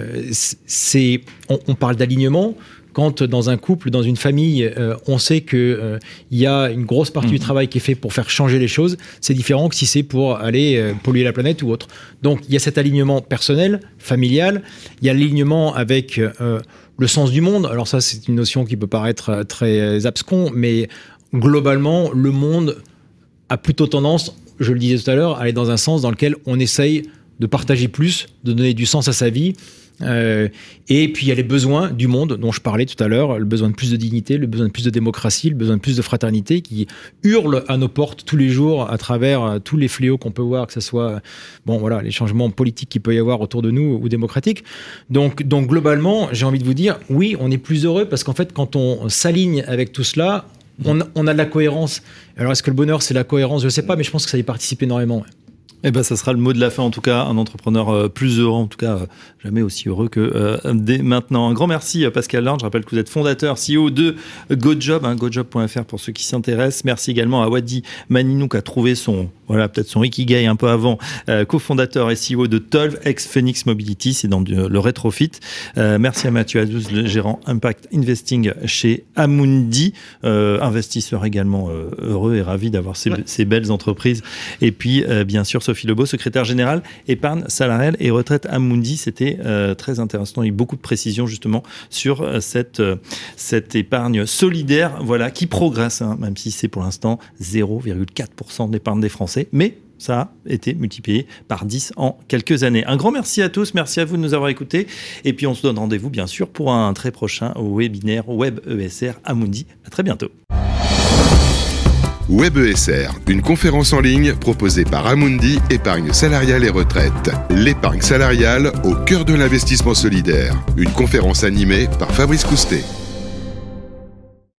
on parle d'alignement. Quand dans un couple, dans une famille, on sait qu'il y a une grosse partie du travail qui est fait pour faire changer les choses, c'est différent que si c'est pour aller polluer la planète ou autre. Donc il y a cet alignement personnel, familial, il y a l'alignement avec le sens du monde. Alors ça, c'est une notion qui peut paraître très abscon, mais globalement, le monde a plutôt tendance, je le disais tout à l'heure, à aller dans un sens dans lequel on essaye de partager plus, de donner du sens à sa vie Et puis il y a les besoins du monde dont je parlais tout à l'heure, le besoin de plus de dignité, le besoin de plus de démocratie, le besoin de plus de fraternité qui hurle à nos portes tous les jours à travers tous les fléaux qu'on peut voir, que ce soit les changements politiques qu'il peut y avoir autour de nous ou démocratiques. Donc globalement, j'ai envie de vous dire, oui, on est plus heureux parce qu'en fait, quand on s'aligne avec tout cela, on a de la cohérence. Alors est-ce que le bonheur, c'est la cohérence ? Je ne sais pas, mais je pense que ça y participe énormément. Ouais. Eh ben, ça sera le mot de la fin, en tout cas, un entrepreneur plus heureux, en tout cas, jamais aussi heureux que dès maintenant. Un grand merci, Pascal Larne. Je rappelle que vous êtes fondateur, CEO de GoJob, gojob.fr pour ceux qui s'intéressent. Merci également à Wadi Maninou qui a trouvé peut-être son Ikigai un peu avant, cofondateur et CEO de Tolv, ex-Phoenix Mobility, c'est dans le rétrofit. Merci à Mathieu Adouz, le gérant Impact Investing chez Amundi, investisseur également heureux et ravi d'avoir ces belles entreprises. Et puis, bien sûr, Sophie Lebeau, secrétaire générale épargne salariale et retraite Amundi. C'était très intéressant. Il y a eu beaucoup de précisions justement sur cette épargne solidaire qui progresse, même si c'est pour l'instant 0,4% de l'épargne des Français. Mais ça a été multiplié par 10 en quelques années. Un grand merci à tous. Merci à vous de nous avoir écoutés. Et puis on se donne rendez-vous bien sûr pour un très prochain webinaire Web ESR Amundi. À très bientôt. Web ESR, une conférence en ligne proposée par Amundi Épargne salariale et retraite. L'épargne salariale au cœur de l'investissement solidaire. Une conférence animée par Fabrice Coustet.